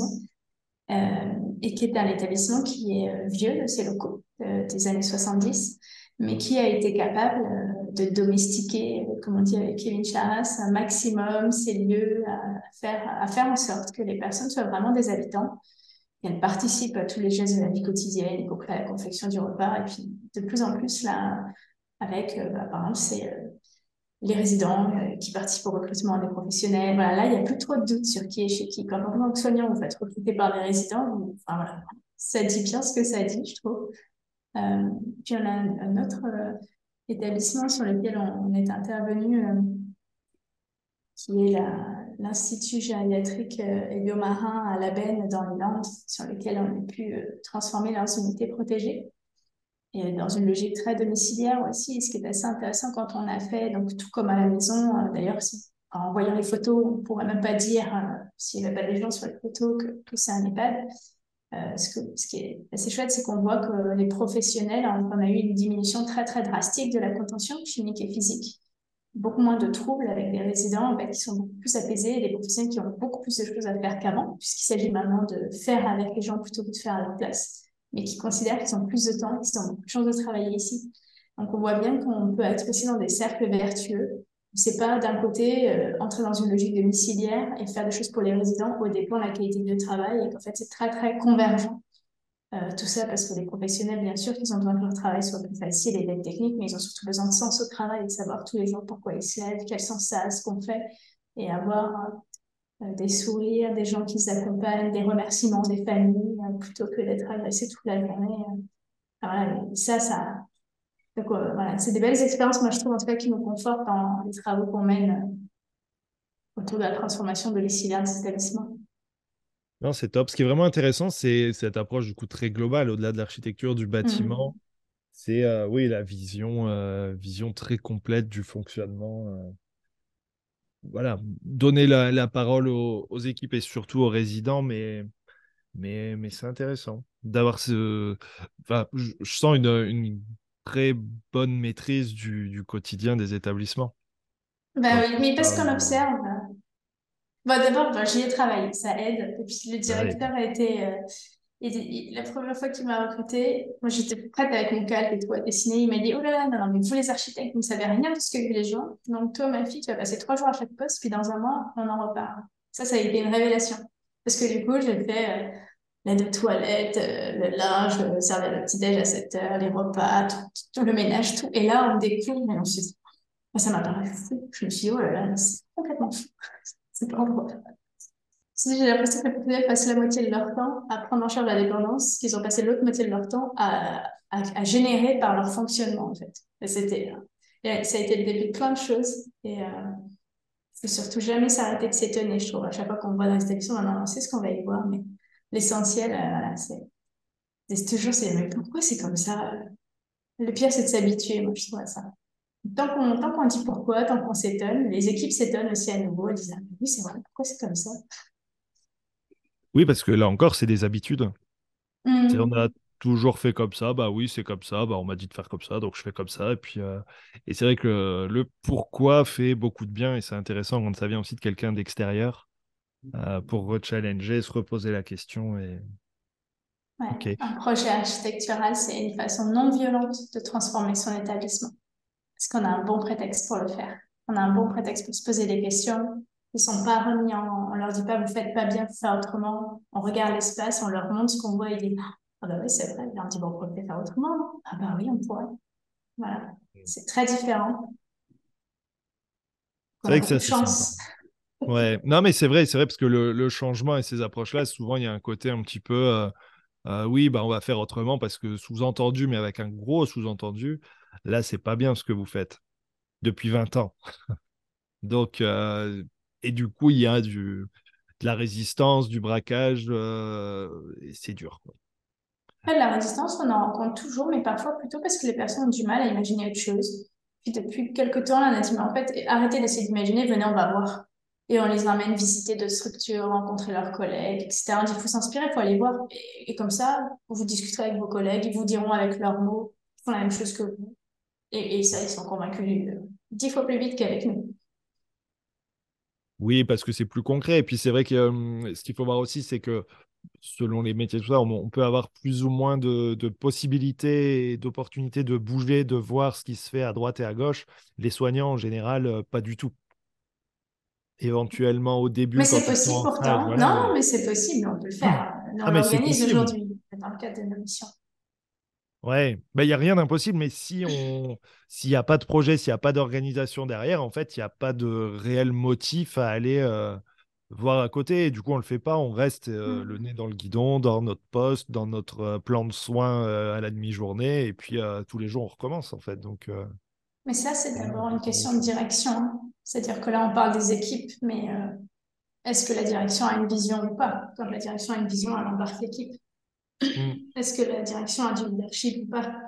Et qui est un établissement qui est vieux de ses locaux, des années 70, mais qui a été capable de domestiquer, comme on dit avec Kevin Charras, un maximum ces lieux, à faire en sorte que les personnes soient vraiment des habitants, qu'elles participent à tous les gestes de la vie quotidienne, y compris à la confection du repas, et puis de plus en plus, là, avec, par exemple, c'est les résidents qui participent au recrutement des professionnels. Voilà, là, il n'y a plus trop de doutes sur qui est chez qui. Quand en tant que soignant, vous faites recruter par des résidents, enfin, voilà, ça dit bien ce que ça dit, je trouve. Puis on a un autre établissement sur lequel on est intervenu, qui est l'Institut gériatrique Elio Marin à La Benne dans les Landes, sur lequel on a pu transformer leurs unités protégées. Et dans une logique très domiciliaire aussi, ce qui est assez intéressant quand on a fait, donc tout comme à la maison, d'ailleurs, en voyant les photos, on ne pourrait même pas dire, s'il n'y avait pas des gens sur les photos, que c'est un EHPAD. Ce qui est assez chouette, c'est qu'on voit que les professionnels, on a eu une diminution très, très drastique de la contention chimique et physique. Beaucoup moins de troubles avec des résidents en fait, qui sont beaucoup plus apaisés et des professionnels qui ont beaucoup plus de choses à faire qu'avant, puisqu'il s'agit maintenant de faire avec les gens plutôt que de faire à leur place, mais qui considèrent qu'ils ont plus de temps, qu'ils ont beaucoup de chance de travailler ici. Donc on voit bien qu'on peut être aussi dans des cercles vertueux. C'est pas d'un côté entrer dans une logique domiciliaire et faire des choses pour les résidents au dépend de la qualité de travail et qu'en fait c'est très très convergent. Tout ça parce que les professionnels, bien sûr, qu'ils ont besoin que leur travail soit plus facile et d'être technique, mais ils ont surtout besoin de sens au travail et de savoir tous les jours pourquoi ils se lèvent, quel sens ça a ce qu'on fait, et avoir des sourires, des gens qui les accompagnent, des remerciements des familles, plutôt que d'être agressés toute la journée. Voilà, et ça. Donc voilà, c'est des belles expériences, moi je trouve en tout cas qui nous confortent dans les travaux qu'on mène autour de la transformation de l'ICILER de cet établissement. Non, c'est top. Ce qui est vraiment intéressant, c'est cette approche du coup très globale, au-delà de l'architecture, du bâtiment. Mm. C'est oui, la vision très complète du fonctionnement. Voilà, donner la parole aux équipes et surtout aux résidents, mais c'est intéressant d'avoir ce. Enfin, je sens une très bonne maîtrise du quotidien des établissements. Ben Quand oui, mais parce parle qu'on de- observe. Bon, d'abord, j'y ai travaillé, ça aide. Et puis le Ah oui. directeur a été, la première fois qu'il m'a recrutée, moi j'étais prête avec mon calque et tout à dessiner. Il m'a dit, oh là là, non, non, mais vous les architectes, vous ne savez rien de ce que vivent les gens. Donc toi, ma fille, tu vas passer 3 jours à chaque poste, puis dans un mois, on en reparle. Ça a été une révélation. Parce que du coup, j'ai fait l'aide aux toilettes, le linge, servir le petit-déj à 7 heures, les repas, tout le ménage, tout. Et là, on découvre et on se dit, ça m'a paru fou. Je me suis dit, oh là là, c'est complètement fou. C'est pas vrai. Si j'ai l'impression que les professionnels passent la moitié de leur temps à prendre en charge la dépendance, qu'ils ont passé l'autre moitié de leur temps à générer par leur fonctionnement, en fait. Et ça a été le début de plein de choses. Et faut surtout jamais s'arrêter de s'étonner, je trouve. À chaque fois qu'on voit dans les établissements, on sait ce qu'on va y voir, mais l'essentiel, voilà, c'est toujours, mais pourquoi c'est comme ça? Le pire, c'est de s'habituer, moi, je trouve à ça. Tant qu'on dit pourquoi, tant qu'on s'étonne, les équipes s'étonnent aussi à nouveau, elles disent, ah, oui, c'est vrai, pourquoi c'est comme ça? Oui, parce que là encore, c'est des habitudes. On a Hum. toujours fait comme ça, bah oui, c'est comme ça, bah on m'a dit de faire comme ça, donc je fais comme ça. Et c'est vrai que le pourquoi fait beaucoup de bien et c'est intéressant quand ça vient aussi de quelqu'un d'extérieur pour rechallenger, se reposer la question. Ouais. Ok. Un projet architectural, c'est une façon non violente de transformer son établissement. Parce qu'on a un bon prétexte pour le faire. On a un bon prétexte pour se poser des questions. Ils sont pas remis on leur dit pas, vous faites pas bien, vous faites autrement. On regarde l'espace, on leur montre ce qu'on voit et ils disent, ah bah oui, c'est vrai. Et on dit, bon, on pourrait faire autrement, non? Ah bah oui, on pourrait. Voilà. C'est très différent. On C'est a vrai que beaucoup ça, de c'est sympa. chance. Ouais, non, mais c'est vrai parce que le changement et ces approches-là, souvent, il y a un côté un petit peu, oui, bah, on va faire autrement parce que sous-entendu, mais avec un gros sous-entendu, là, c'est pas bien ce que vous faites depuis 20 ans. Donc, et du coup, il y a de la résistance, du braquage, et c'est dur, quoi. Après, de la résistance, on en rencontre toujours, mais parfois plutôt parce que les personnes ont du mal à imaginer autre chose. Puis depuis quelques temps, là, on a dit, mais en fait, arrêtez d'essayer d'imaginer, venez, on va voir. Et on les emmène visiter d'autres structures, rencontrer leurs collègues, etc. On dit, il faut s'inspirer, il faut aller voir. Et comme ça, vous discuterez avec vos collègues, ils vous diront avec leurs mots, ils font la même chose que vous. Et ça, ils sont convaincus 10 fois plus vite qu'avec nous. Oui, parce que c'est plus concret. Et puis c'est vrai que ce qu'il faut voir aussi, c'est que selon les métiers, tout ça, on peut avoir plus ou moins de possibilités et d'opportunités de bouger, de voir ce qui se fait à droite et à gauche. Les soignants, en général, pas du tout. Éventuellement, au Mais début, c'est quand ils sont possible en stage, pourtant. voilà. Non, mais c'est possible, on peut le faire. On Ah, mais c'est l'organise possible. aujourd'hui dans le cadre de nos missions. Ouais, ben, il n'y a rien d'impossible, mais s'il n'y a pas de projet, s'il n'y a pas d'organisation derrière, en fait, il n'y a pas de réel motif à aller voir à côté. Et du coup, on ne le fait pas, on reste le nez dans le guidon, dans notre poste, dans notre plan de soins à la demi-journée, et puis tous les jours, on recommence, en fait. Donc, Mais ça, c'est rien d'abord une de question de grand-chose. direction, hein. C'est-à-dire que là, on parle des équipes, mais est-ce que la direction a une vision ou pas? Quand la direction a une vision, elle embarque l'équipe. Hmm, Est-ce que la direction a du leadership ou pas?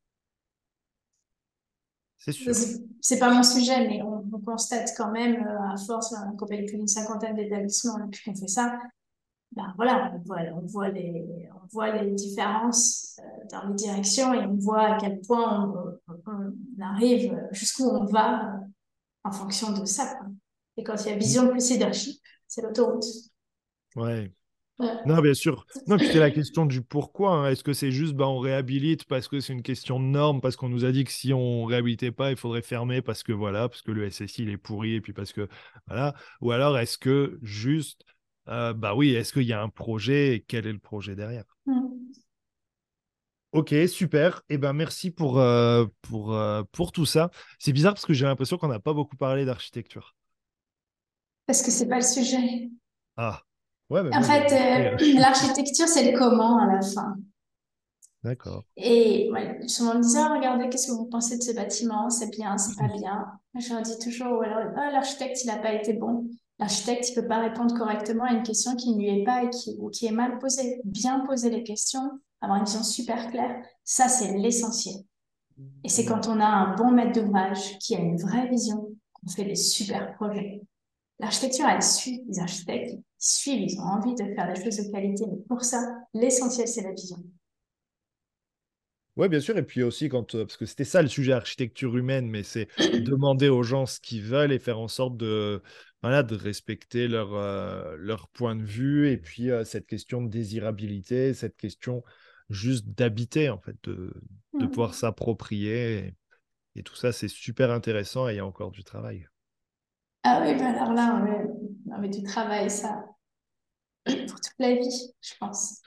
c'est sûr. C'est pas mon sujet, mais on constate quand même, à force, on accompagne plus d'une cinquantaine d'établissements depuis qu'on fait ça. Ben voilà, on voit les différences dans les directions et on voit à quel point on arrive, jusqu'où on va en fonction de ça, quoi. Et quand il y a Hmm, vision plus leadership, c'est l'autoroute. ouais. Ouais. Non, bien sûr. Non, puis c'est la question du pourquoi, hein. Est-ce que c'est juste on réhabilite parce que c'est une question de norme, parce qu'on nous a dit que si on réhabilitait pas, il faudrait fermer parce que voilà, parce que le SSI il est pourri et puis parce que voilà. Ou alors est-ce que juste, bah oui, est-ce qu'il y a un projet et quel est le projet derrière? Mm. Ok, super. Eh ben merci pour tout ça. C'est bizarre parce que j'ai l'impression qu'on n'a pas beaucoup parlé d'architecture. Parce que c'est pas le sujet. Ah, ouais, mais En moi j'aime fait, bien. l'architecture, c'est le comment à la fin. D'accord. Et ouais, souvent on me disait, ah, regardez, qu'est-ce que vous pensez de ce bâtiment? C'est bien, c'est pas bien. Je leur dis toujours, ou alors, ah, l'architecte, il n'a pas été bon. L'architecte, il peut pas répondre correctement à une question qui ne lui est pas ou qui est mal posée. Bien poser les questions, avoir une vision super claire, ça, c'est l'essentiel. Et c'est Hmm. quand on a un bon maître d'ouvrage qui a une vraie vision qu'on fait des super projets. L'architecture, elle suit. Les architectes, ils suivent, ils ont envie de faire des choses de qualité. Mais pour ça, l'essentiel, c'est la vision. Oui, bien sûr. Et puis aussi, parce que c'était ça le sujet architecture humaine, mais c'est demander aux gens ce qu'ils veulent et faire en sorte voilà, de respecter leur point de vue. Et puis, cette question de désirabilité, cette question juste d'habiter, en fait, de pouvoir Mm. s'approprier. Et tout ça, c'est super intéressant et il y a encore du travail. Ah oui, ben alors là, on met du travail, ça, pour toute la vie, je pense.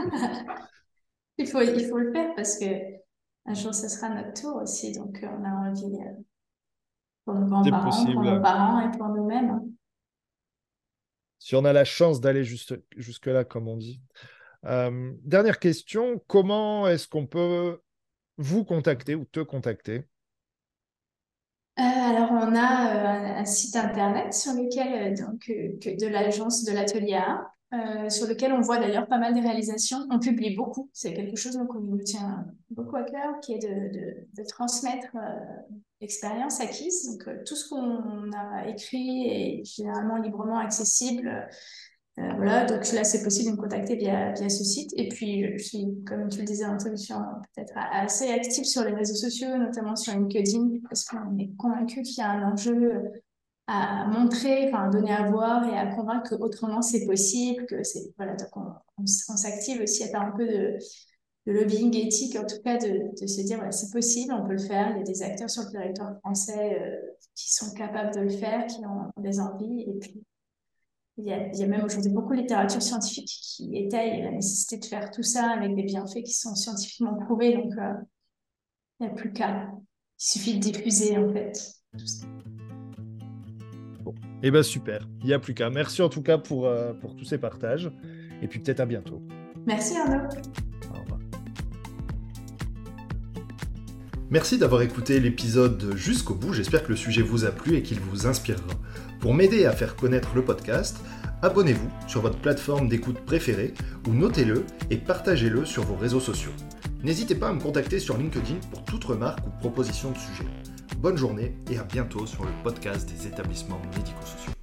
Il faut le faire parce que un jour, ce sera notre tour aussi. Donc, on a envie pour nos C'est grands-parents, pour nos possible. parents et pour nous-mêmes, hein. Si on a la chance d'aller jusque-là, comme on dit. Dernière question, comment est-ce qu'on peut vous contacter ou te contacter? Alors, on a un site internet sur lequel, de l'agence de l'atelier A, sur lequel on voit d'ailleurs pas mal de réalisations. On publie beaucoup. C'est quelque chose donc, qui nous tient beaucoup à cœur, qui est de transmettre l'expérience acquise. Donc, tout ce qu'on a écrit est généralement librement accessible. Voilà, donc là, c'est possible de me contacter via ce site. Et puis, je suis, comme tu le disais en introduction, peut-être assez active sur les réseaux sociaux, notamment sur LinkedIn, parce qu'on est convaincu qu'il y a un enjeu à montrer, enfin, à donner à voir et à convaincre qu'autrement, c'est possible, que c'est, voilà, donc on s'active aussi à faire un peu de lobbying éthique, en tout cas, de se dire, voilà, c'est possible, on peut le faire. Il y a des acteurs sur le territoire français qui sont capables de le faire, qui ont des envies. Et puis, il y a même aujourd'hui beaucoup de littérature scientifique qui étaye la nécessité de faire tout ça avec des bienfaits qui sont scientifiquement prouvés. Donc, il n'y a plus qu'à. Il suffit de diffuser, en fait, tout ça. Bon, eh ben super, il n'y a plus qu'à. Merci en tout cas pour tous ces partages. Et puis peut-être à bientôt. Merci, Arnaud. Au revoir. Merci d'avoir écouté l'épisode jusqu'au bout, j'espère que le sujet vous a plu et qu'il vous inspirera. Pour m'aider à faire connaître le podcast, abonnez-vous sur votre plateforme d'écoute préférée ou notez-le et partagez-le sur vos réseaux sociaux. N'hésitez pas à me contacter sur LinkedIn pour toute remarque ou proposition de sujet. bonne journée et à bientôt sur le podcast des établissements médico-sociaux.